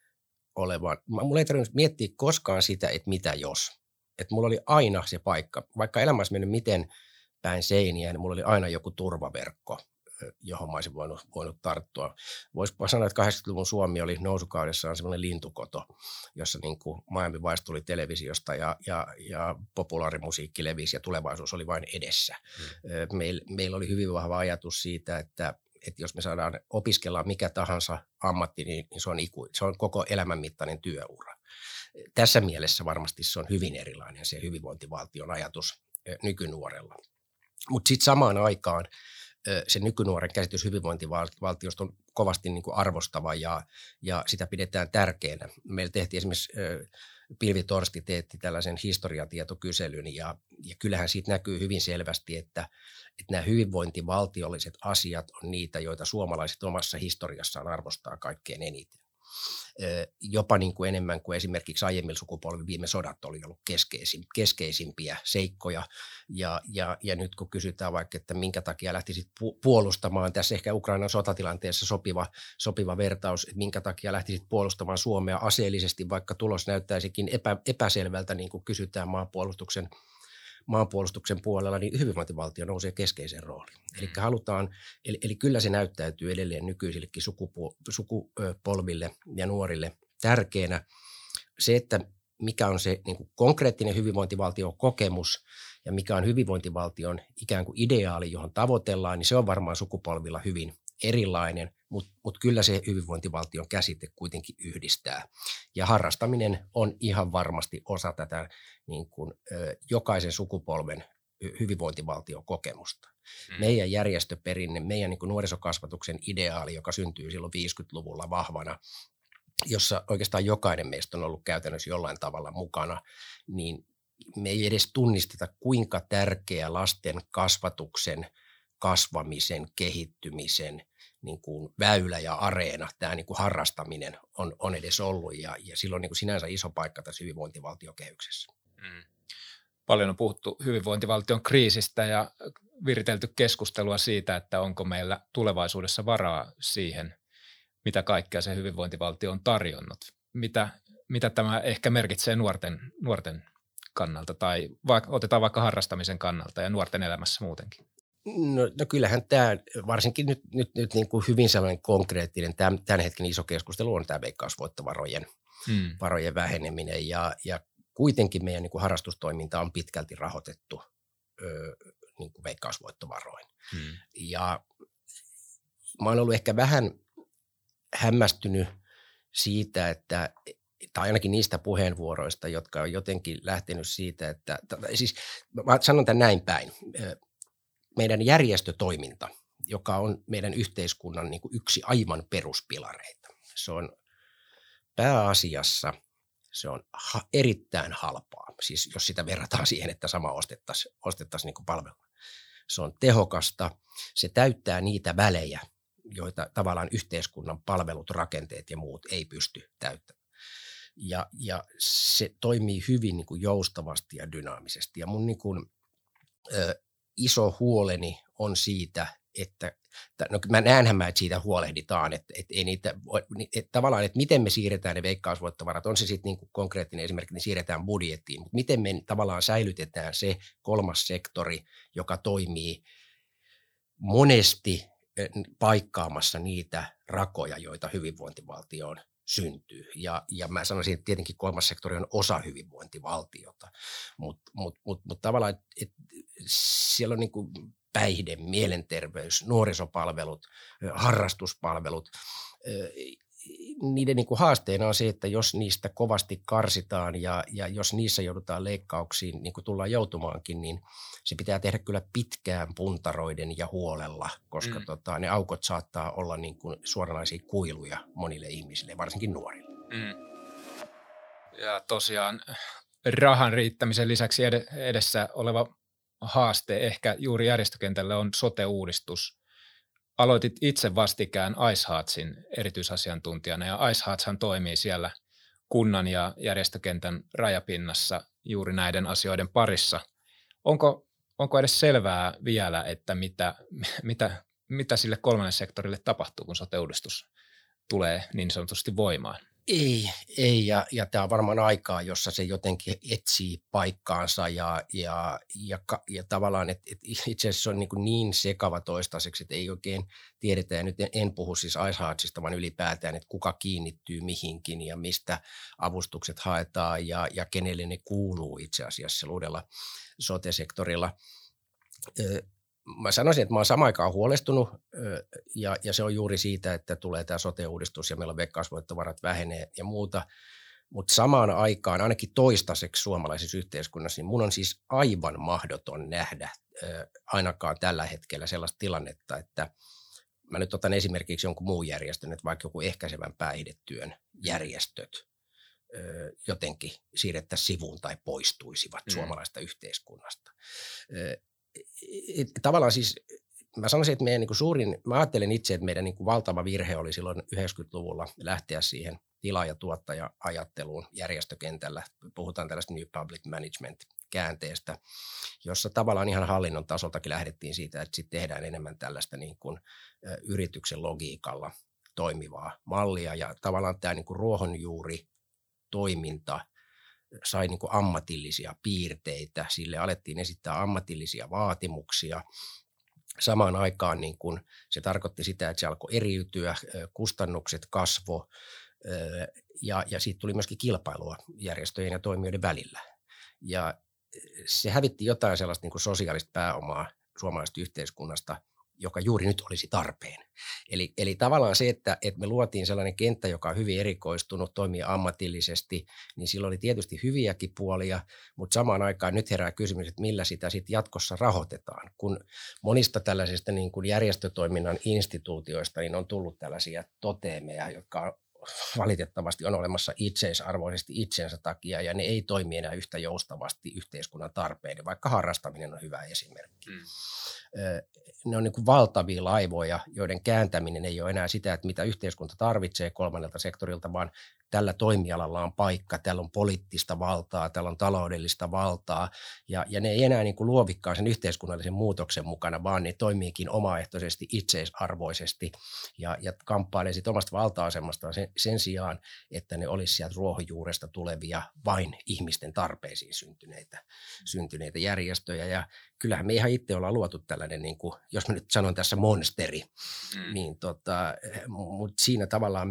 koskaan sitä, että mitä jos. Että mulla oli aina se paikka, vaikka elämässä mennyt miten päin seiniä, niin mulla oli aina joku turvaverkko, johon mä olisin voinut tarttua. Voisiko sanoa, että 80-luvun Suomi oli nousukaudessaan semmoinen lintukoto, jossa niin kuin Miami Vice tuli televisiosta ja populaarimusiikki levisi ja tulevaisuus oli vain edessä. Meillä oli hyvin vahva ajatus siitä, että jos me saadaan opiskella mikä tahansa ammatti, niin se on koko elämän mittainen työura. Tässä mielessä varmasti se on hyvin erilainen se hyvinvointivaltion ajatus nykynuorella. Mutta sitten samaan aikaan se nykynuoren käsitys hyvinvointivaltiosta on kovasti niin kuin arvostava ja sitä pidetään tärkeänä. Meillä tehtiin esimerkiksi Pilvi Torsti teetti tällaisen historiatietokyselyn ja kyllähän siitä näkyy hyvin selvästi, että nämä hyvinvointivaltiolliset asiat on niitä, joita suomalaiset omassa historiassaan arvostaa kaikkein eniten. Jopa niin kuin enemmän kuin esimerkiksi aiemmilla sukupolvilla viime sodat oli ollut keskeisimpiä seikkoja. Ja nyt kun kysytään vaikka, että minkä takia lähtisit puolustamaan, tässä ehkä Ukrainan sotatilanteessa sopiva vertaus, että minkä takia lähtisit puolustamaan Suomea aseellisesti, vaikka tulos näyttäisikin epäselvältä, niin kuin kysytään maanpuolustuksen puolella, niin hyvinvointivaltio nousee keskeiseen rooliin. Eli kyllä se näyttäytyy edelleen nykyisillekin sukupolville ja nuorille tärkeänä. Se, että mikä on se niin kuin konkreettinen hyvinvointivaltion kokemus ja mikä on hyvinvointivaltion ikään kuin ideaali, johon tavoitellaan, niin se on varmaan sukupolvilla hyvin erilainen, mutta kyllä se hyvinvointivaltion käsite kuitenkin yhdistää. Ja harrastaminen on ihan varmasti osa tätä niin kuin, jokaisen sukupolven hyvinvointivaltion kokemusta. Meidän järjestöperinne, meidän niin kuin nuorisokasvatuksen ideaali, joka syntyy silloin 50-luvulla vahvana, jossa oikeastaan jokainen meistä on ollut käytännössä jollain tavalla mukana, niin me ei edes tunnisteta, kuinka tärkeä lasten kasvatuksen, kasvamisen, kehittymisen niin kuin väylä ja areena tämä niin kuin harrastaminen on edes ollut, ja silloin niin kuin sinänsä iso paikka tässä hyvinvointivaltiokehyksessä. Paljon on puhuttu hyvinvointivaltion kriisistä ja viritelty keskustelua siitä, että onko meillä tulevaisuudessa varaa siihen, mitä kaikkea se hyvinvointivaltio on tarjonnut. Mitä tämä ehkä merkitsee nuorten kannalta, tai otetaan vaikka harrastamisen kannalta ja nuorten elämässä muutenkin? No kyllähän tämä, varsinkin nyt niin kuin hyvin sellainen konkreettinen, tämän hetken iso keskustelu on tämä veikkausvoittovarojen väheneminen, ja kuitenkin meidän niin kuin harrastustoiminta on pitkälti rahoitettu niin kuin veikkausvoittovaroin. Ja mä oon ollut ehkä vähän hämmästynyt siitä, tai ainakin niistä puheenvuoroista, jotka on jotenkin lähtenyt siitä, siis mä sanon tämän näin päin. Meidän järjestötoiminta, joka on meidän yhteiskunnan niin kuin yksi aivan peruspilareita, se on pääasiassa, se on erittäin halpaa, siis jos sitä verrataan siihen, että sama ostettaisiin niin kuin palvelua. Se on tehokasta, se täyttää niitä välejä, joita tavallaan yhteiskunnan palvelut, rakenteet ja muut ei pysty täyttämään. Ja se toimii hyvin niin kuin joustavasti ja dynaamisesti. Ja mun niin kuin, iso huoleni on siitä, että näenhän mä, että siitä huolehditaan, että ei niitä, tavallaan, että miten me siirretään ne veikkausvoittovarat, on se sitten niin kuin konkreettinen esimerkki, niin siirretään budjettiin, mutta miten me tavallaan säilytetään se kolmas sektori, joka toimii monesti paikkaamassa niitä rakoja, joita hyvinvointivaltioon syntyy. Ja mä sanoisin, että tietenkin kolmas sektori on osa hyvinvointivaltiota, mutta tavallaan, että siellä on niin kuin päihde, mielenterveys, nuorisopalvelut, harrastuspalvelut. Niiden niin kuin haasteena on se, että jos niistä kovasti karsitaan ja jos niissä joudutaan leikkauksiin, niin kuin tullaan joutumaankin, niin se pitää tehdä kyllä pitkään puntaroiden ja huolella, koska ne aukot saattaa olla niin kuin suoranaisia kuiluja monille ihmisille, varsinkin nuorille. Ja tosiaan rahan riittämisen lisäksi edessä oleva haaste ehkä juuri järjestökentällä on sote-uudistus. Aloitit itse vastikään Iceheartsin erityisasiantuntijana, ja Iceheartshan toimii siellä kunnan ja järjestökentän rajapinnassa juuri näiden asioiden parissa. Onko edes selvää vielä, että mitä sille kolmannen sektorille tapahtuu, kun sote-uudistus tulee niin sanotusti voimaan? Ei ja tämä on varmaan aikaa, jossa se jotenkin etsii paikkaansa ja tavallaan, että itse asiassa se on niin sekava toistaiseksi, että ei oikein tiedetä, ja nyt en puhu siis Iceheartsista, vaan ylipäätään, että kuka kiinnittyy mihinkin ja mistä avustukset haetaan ja kenelle ne kuuluu itse asiassa uudella sote-sektorilla. Mä sanoisin, että mä oon samaan aikaan huolestunut, ja se on juuri siitä, että tulee tämä sote-uudistus ja meillä on veikkausvoittovarat vähenee ja muuta, mutta samaan aikaan ainakin toistaiseksi suomalaisessa yhteiskunnassa, niin mun on siis aivan mahdoton nähdä ainakaan tällä hetkellä sellaista tilannetta, että mä nyt otan esimerkiksi jonkun muun järjestön, että vaikka joku ehkäisevän päihdetyön järjestöt jotenkin siirrettäisiin sivuun tai poistuisivat suomalaista yhteiskunnasta. Tavallaan siis mä sanoisin, että meidän niin mä ajattelen itse, että meidän niin valtava virhe oli silloin 90-luvulla lähteä siihen tila- ja tuottaja-ajatteluun järjestökentällä. Puhutaan tällaista New Public Management-käänteestä, jossa tavallaan ihan hallinnon tasoltakin lähdettiin siitä, että sitten tehdään enemmän tällaista niin kuin yrityksen logiikalla toimivaa mallia, ja tavallaan tämä niin kuin ruohonjuuri toiminta sai niin kuin ammatillisia piirteitä, sille alettiin esittää ammatillisia vaatimuksia. Samaan aikaan niin kuin se tarkoitti sitä, että se alkoi eriytyä, kustannukset kasvoi ja siitä tuli myöskin kilpailua järjestöjen ja toimijoiden välillä. Ja se hävitti jotain sellaista niin kuin sosiaalista pääomaa suomalaisesta yhteiskunnasta, joka juuri nyt olisi tarpeen. Eli tavallaan se, että me luotiin sellainen kenttä, joka on hyvin erikoistunut, toimii ammatillisesti, niin sillä oli tietysti hyviäkin puolia, mutta samaan aikaan nyt herää kysymys, että millä sitä sitten jatkossa rahoitetaan. Kun monista tällaisista niin kuin järjestötoiminnan instituutioista niin on tullut tällaisia toteemeja, jotka valitettavasti on olemassa itseisarvoisesti itsensä takia, ja ne ei toimi enää yhtä joustavasti yhteiskunnan tarpeiden, vaikka harrastaminen on hyvä esimerkki. Ne on niin kuin valtavia laivoja, joiden kääntäminen ei ole enää sitä, että mitä yhteiskunta tarvitsee kolmannelta sektorilta, vaan tällä toimialalla on paikka, täällä on poliittista valtaa, täällä on taloudellista valtaa, ja ne ei enää niin kuin luovikaan sen yhteiskunnallisen muutoksen mukana, vaan ne toimiikin omaehtoisesti, itseisarvoisesti, ja kamppailee sitten omasta valta-asemastaan sen sijaan, että ne olisi sieltä ruohonjuuresta tulevia vain ihmisten tarpeisiin syntyneitä järjestöjä, ja kyllähän me ihan itse ollaan luotu tällainen, niin kuin, jos mä nyt sanon tässä monsteri, niin mutta siinä tavallaan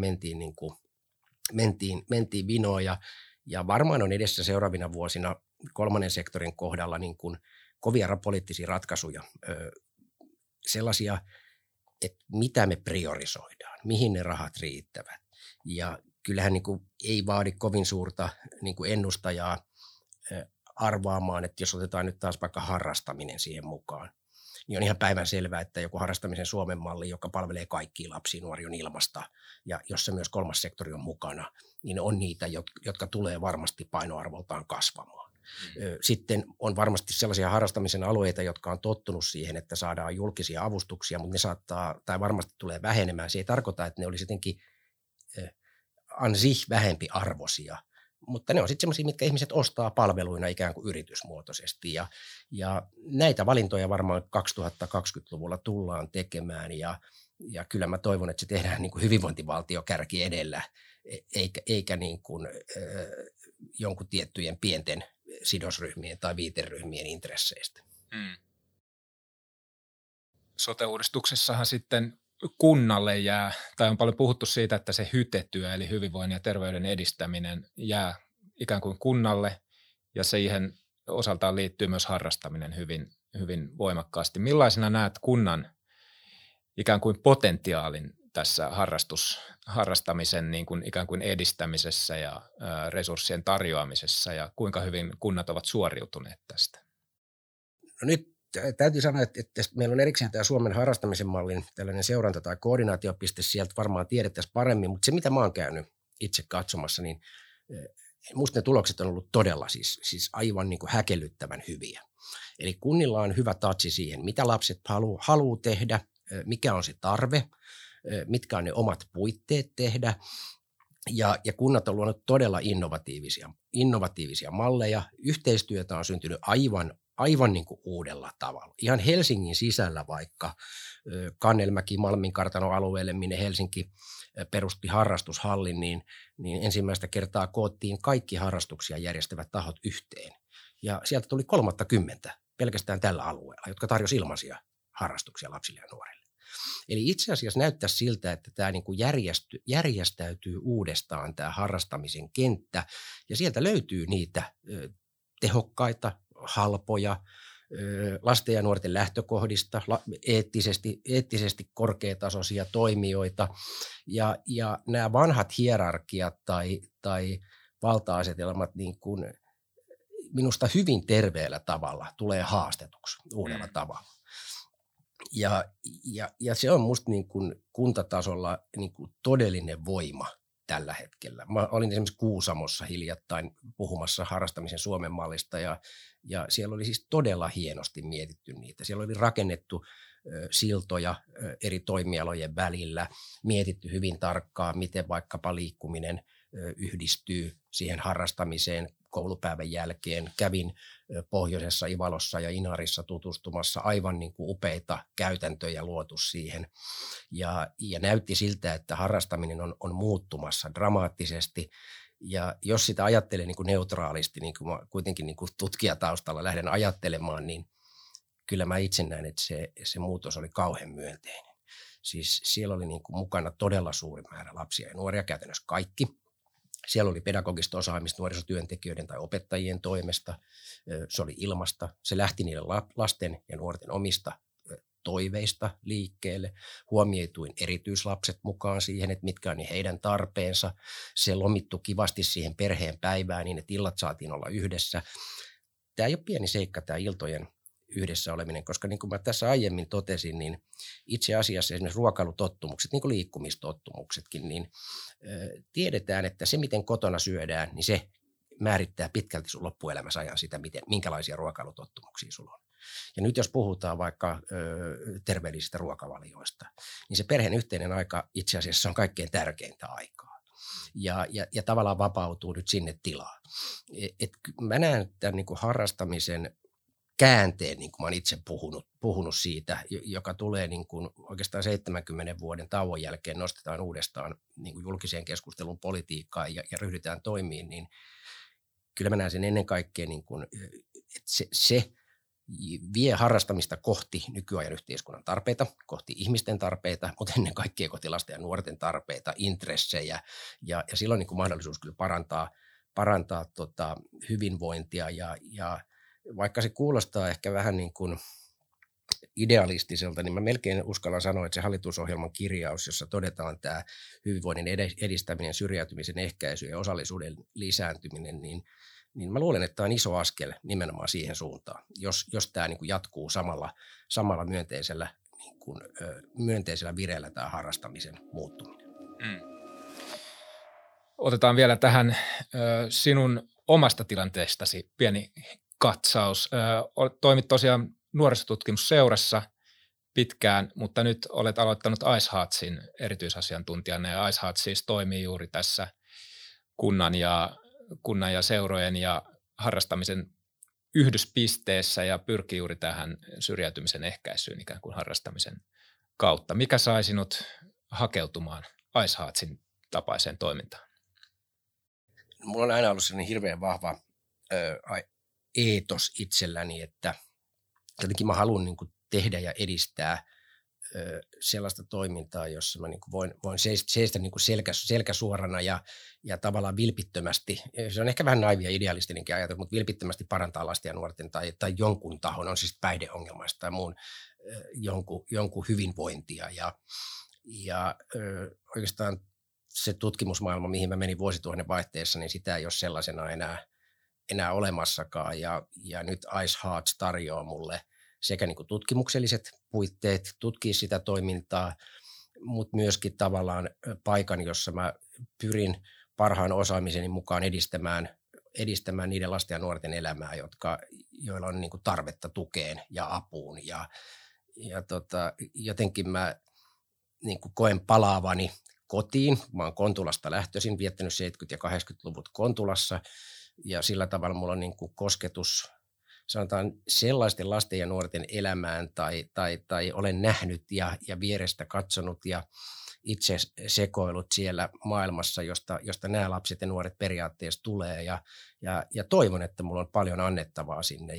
mentiin vinoon ja varmaan on edessä seuraavina vuosina kolmannen sektorin kohdalla niin kuin kovia poliittisia ratkaisuja, sellaisia, että mitä me priorisoidaan, mihin ne rahat riittävät. Ja kyllähän niin kuin ei vaadi kovin suurta niin kuin ennustajaa arvaamaan, että jos otetaan nyt taas vaikka harrastaminen siihen mukaan, niin on ihan päivänselvää, että joku harrastamisen Suomen malli, joka palvelee kaikkia lapsia, nuoria on ilmasta, ja jossa myös kolmas sektori on mukana, niin on niitä, jotka tulee varmasti painoarvoltaan kasvamaan. Sitten on varmasti sellaisia harrastamisen alueita, jotka on tottunut siihen, että saadaan julkisia avustuksia, mutta ne saattaa, tai varmasti tulee vähenemään. Se ei tarkoita, että ne olisi jotenkin an sich vähempi arvoisia, mutta ne on sitten semmoisia, mitkä ihmiset ostaa palveluina ikään kuin yritysmuotoisesti. Ja näitä valintoja varmaan 2020-luvulla tullaan tekemään, ja kyllä mä toivon, että se tehdään niin kuin hyvinvointivaltio kärki edellä, eikä niin kuin jonkun tiettyjen pienten sidosryhmien tai viiteryhmien intresseistä. Sote-uudistuksessahan sitten kunnalle jää, tai on paljon puhuttu siitä, että se hytetyö, eli hyvinvoinnin ja terveyden edistäminen jää ikään kuin kunnalle, ja siihen osaltaan liittyy myös harrastaminen hyvin, hyvin voimakkaasti. Millaisena näet kunnan ikään kuin potentiaalin tässä harrastamisen niin kuin ikään kuin edistämisessä ja resurssien tarjoamisessa, ja kuinka hyvin kunnat ovat suoriutuneet tästä? No nyt täytyy sanoa, että meillä on erikseen tämä Suomen harrastamisen mallin tällainen seuranta- tai koordinaatiopiste, sieltä varmaan tiedettäisiin paremmin, mutta se mitä mä oon käynyt itse katsomassa, niin musta ne tulokset on ollut todella siis aivan niin kuin häkellyttävän hyviä. Eli kunnilla on hyvä tatsi siihen, mitä lapset haluaa tehdä, mikä on se tarve, mitkä on ne omat puitteet tehdä, ja kunnat on luonut todella innovatiivisia malleja. Yhteistyötä on syntynyt aivan niin kuin uudella tavalla. Ihan Helsingin sisällä vaikka Kannelmäki Malminkartanon alueelle, minne Helsinki perusti harrastushallin, niin ensimmäistä kertaa koottiin kaikki harrastuksia järjestävät tahot yhteen. Ja sieltä tuli 30 pelkästään tällä alueella, jotka tarjosi ilmaisia harrastuksia lapsille ja nuorille. Eli itse asiassa näyttää siltä, että tämä niin kuin järjestäytyy uudestaan tämä harrastamisen kenttä, ja sieltä löytyy niitä tehokkaita, halpoja, lasten ja nuorten lähtökohdista, eettisesti korkeatasoisia toimijoita, ja nämä vanhat hierarkiat tai valta-asetelmat niin kuin minusta hyvin terveellä tavalla tulee haastetuksi uudella tavalla. Ja se on musta niin kuin kuntatasolla niin kuin todellinen voima tällä hetkellä. Mä olin esimerkiksi Kuusamossa hiljattain puhumassa harrastamisen Suomen mallista, ja siellä oli siis todella hienosti mietitty niitä. Siellä oli rakennettu siltoja eri toimialojen välillä, mietitty hyvin tarkkaan, miten vaikkapa liikkuminen yhdistyy siihen harrastamiseen koulupäivän jälkeen. Kävin pohjoisessa Ivalossa ja Inarissa tutustumassa, aivan niin kuin upeita käytäntöjä luotu siihen. Ja näytti siltä, että harrastaminen on muuttumassa dramaattisesti. Ja jos sitä ajattelee niin kuin neutraalisti, niin kuin mä kuitenkin niin kuin tutkijataustalla lähden ajattelemaan, niin kyllä mä itse näen, että se muutos oli kauhean myönteinen. Siis siellä oli niin kuin mukana todella suuri määrä lapsia ja nuoria, käytännössä kaikki. Siellä oli pedagogista osaamista nuorisotyöntekijöiden tai opettajien toimesta. Se oli ilmasta. Se lähti niiden lasten ja nuorten omista toiveista liikkeelle. Huomioituin erityislapset mukaan siihen, että mitkä on niin heidän tarpeensa. Se lomittu kivasti siihen perheen päivään niin, että illat saatiin olla yhdessä. Tämä ei ole pieni seikka, tämä iltojen yhdessä oleminen, koska niin kuin mä tässä aiemmin totesin, niin itse asiassa esimerkiksi ruokailutottumukset, niin kuin liikkumistottumuksetkin, niin tiedetään, että se miten kotona syödään, niin se määrittää pitkälti sun loppuelämässä ajan sitä, minkälaisia ruokailutottumuksia sulla on. Ja nyt jos puhutaan vaikka terveellisistä ruokavalioista, niin se perheen yhteinen aika itse asiassa on kaikkein tärkeintä aikaa. Ja tavallaan vapautuu nyt sinne tilaa. Mä näen tämän niin kuin harrastamisen käänteen, niin kuin mä olen itse puhunut siitä, joka tulee niin kuin oikeastaan 70 vuoden tauon jälkeen nostetaan uudestaan niin kuin julkiseen keskustelun politiikkaan ja ryhdytään toimiin, niin kyllä mä näen sen ennen kaikkea, niin kuin, että se vie harrastamista kohti nykyajan yhteiskunnan tarpeita, kohti ihmisten tarpeita, mutta ennen kaikkea kohti lasten ja nuorten tarpeita, intressejä ja silloin niin kuin mahdollisuus kyllä parantaa hyvinvointia ja vaikka se kuulostaa ehkä vähän niin kuin idealistiselta, niin mä melkein uskallan sanoa, että se hallitusohjelman kirjaus, jossa todetaan tämä hyvinvoinnin edistäminen, syrjäytymisen ehkäisy ja osallisuuden lisääntyminen, niin mä luulen, että tämä on iso askel nimenomaan siihen suuntaan, jos tämä niin kuin jatkuu samalla myönteisellä vireellä tämä harrastamisen muuttuminen. Otetaan vielä tähän sinun omasta tilanteestasi pieni katsaus. Toimit tosiaan nuorisotutkimusseurassa pitkään, mutta nyt olet aloittanut IceHeartsin erityisasiantuntijana, ja IceHeart siis toimii juuri tässä kunnan ja seurojen ja harrastamisen yhdyspisteessä ja pyrkii juuri tähän syrjäytymisen ehkäisyyn ikään kuin harrastamisen kautta. Mikä sai sinut hakeutumaan IceHeartsin tapaiseen toimintaan? Mulla on aina ollut sellainen hirveän vahva eetos itselläni, että jotenkin mä haluan niin kuin tehdä ja edistää sellaista toimintaa, jossa mä niin kuin voin seistä niin kuin selkä suorana ja tavallaan vilpittömästi, se on ehkä vähän naivia idealistinenkin ajatus, mutta vilpittömästi parantaa lasten ja nuorten tai jonkun tahon, on siis päihdeongelmaista tai muun jonkun hyvinvointia ja oikeastaan se tutkimusmaailma, mihin mä menin vuosituhannen vaihteessa, niin sitä ei ole sellaisena enää olemassakaan ja nyt IceHearts tarjoaa mulle sekä niin kuin tutkimukselliset puitteet tutkia sitä toimintaa, mutta myöskin tavallaan paikan, jossa mä pyrin parhaan osaamiseni mukaan edistämään niiden lasten ja nuorten elämää, joilla on niin kuin tarvetta tukeen ja apuun. Ja jotenkin mä niin kuin koen palaavani kotiin. Mä oon Kontulasta lähtöisin, viettänyt 70- ja 80-luvut Kontulassa ja sillä tavalla mulla on niin kuin kosketus sanotaan sellaisten lasten ja nuorten elämään tai olen nähnyt ja vierestä katsonut ja itse sekoillut siellä maailmassa, josta nämä lapset ja nuoret periaatteessa tulee ja toivon, että mulla on paljon annettavaa sinne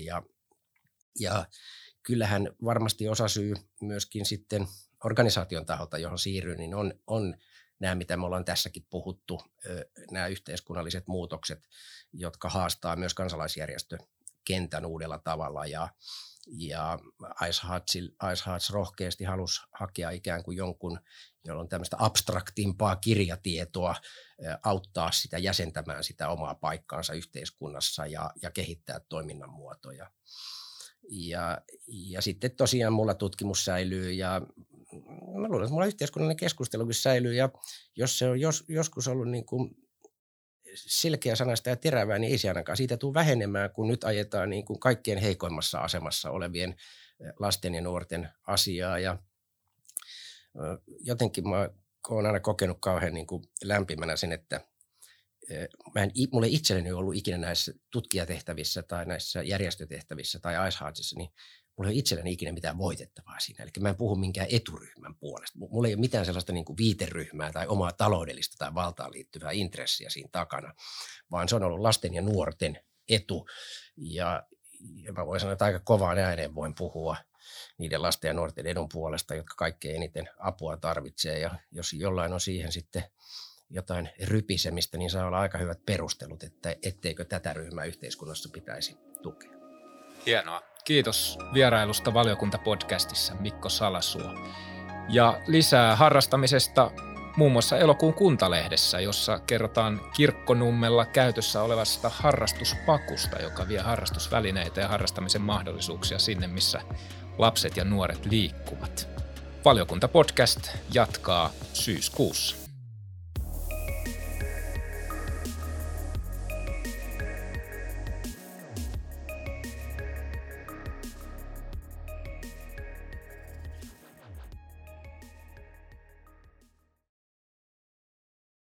ja kyllähän varmasti osasyy myöskin sitten organisaation taholta, johon siirryn, niin on nämä, mitä me ollaan tässäkin puhuttu, nämä yhteiskunnalliset muutokset, jotka haastaa myös kansalaisjärjestökentän uudella tavalla ja IceHearts rohkeasti halusi hakea ikään kuin jonkun, jolla on tämmöistä abstraktimpaa kirjatietoa, auttaa sitä jäsentämään sitä omaa paikkaansa yhteiskunnassa ja kehittää toiminnan muotoja. Ja sitten tosiaan mulla tutkimus säilyy ja mä luulen, että mulla yhteiskunnallinen keskustelukin säilyy ja jos se on joskus ollut niin kuin selkeä sanasta ja terävää, niin ei se ainakaan siitä tule vähenemään, kun nyt ajetaan niin kuin kaikkien heikoimmassa asemassa olevien lasten ja nuorten asiaa ja jotenkin mä oon aina kokenut kauhean niin kuin lämpimänä sen, että mulla ei itselleni ollut ikinä näissä tutkijatehtävissä tai näissä järjestötehtävissä tai IceHeartsissa, niin mulla ei ole itselläni ikinä mitään voitettavaa siinä. Eli mä en puhu minkään eturyhmän puolesta. Mulla ei ole mitään sellaista niin kuin viiteryhmää tai omaa taloudellista tai valtaan liittyvää intressiä siinä takana, vaan se on ollut lasten ja nuorten etu. Ja mä voin sanoa, että aika kovaan ääneen voin puhua niiden lasten ja nuorten edun puolesta, jotka kaikkein eniten apua tarvitsee. Ja jos jollain on siihen sitten jotain rypisemistä, niin saa olla aika hyvät perustelut, että etteikö tätä ryhmää yhteiskunnassa pitäisi tukea. Hienoa. Kiitos vierailusta valiokuntapodcastissa, Mikko Salasuo. Ja lisää harrastamisesta muun muassa elokuun Kuntalehdessä, jossa kerrotaan Kirkkonummella käytössä olevasta harrastuspakusta, joka vie harrastusvälineitä ja harrastamisen mahdollisuuksia sinne, missä lapset ja nuoret liikkuvat. Valiokuntapodcast jatkaa syyskuussa.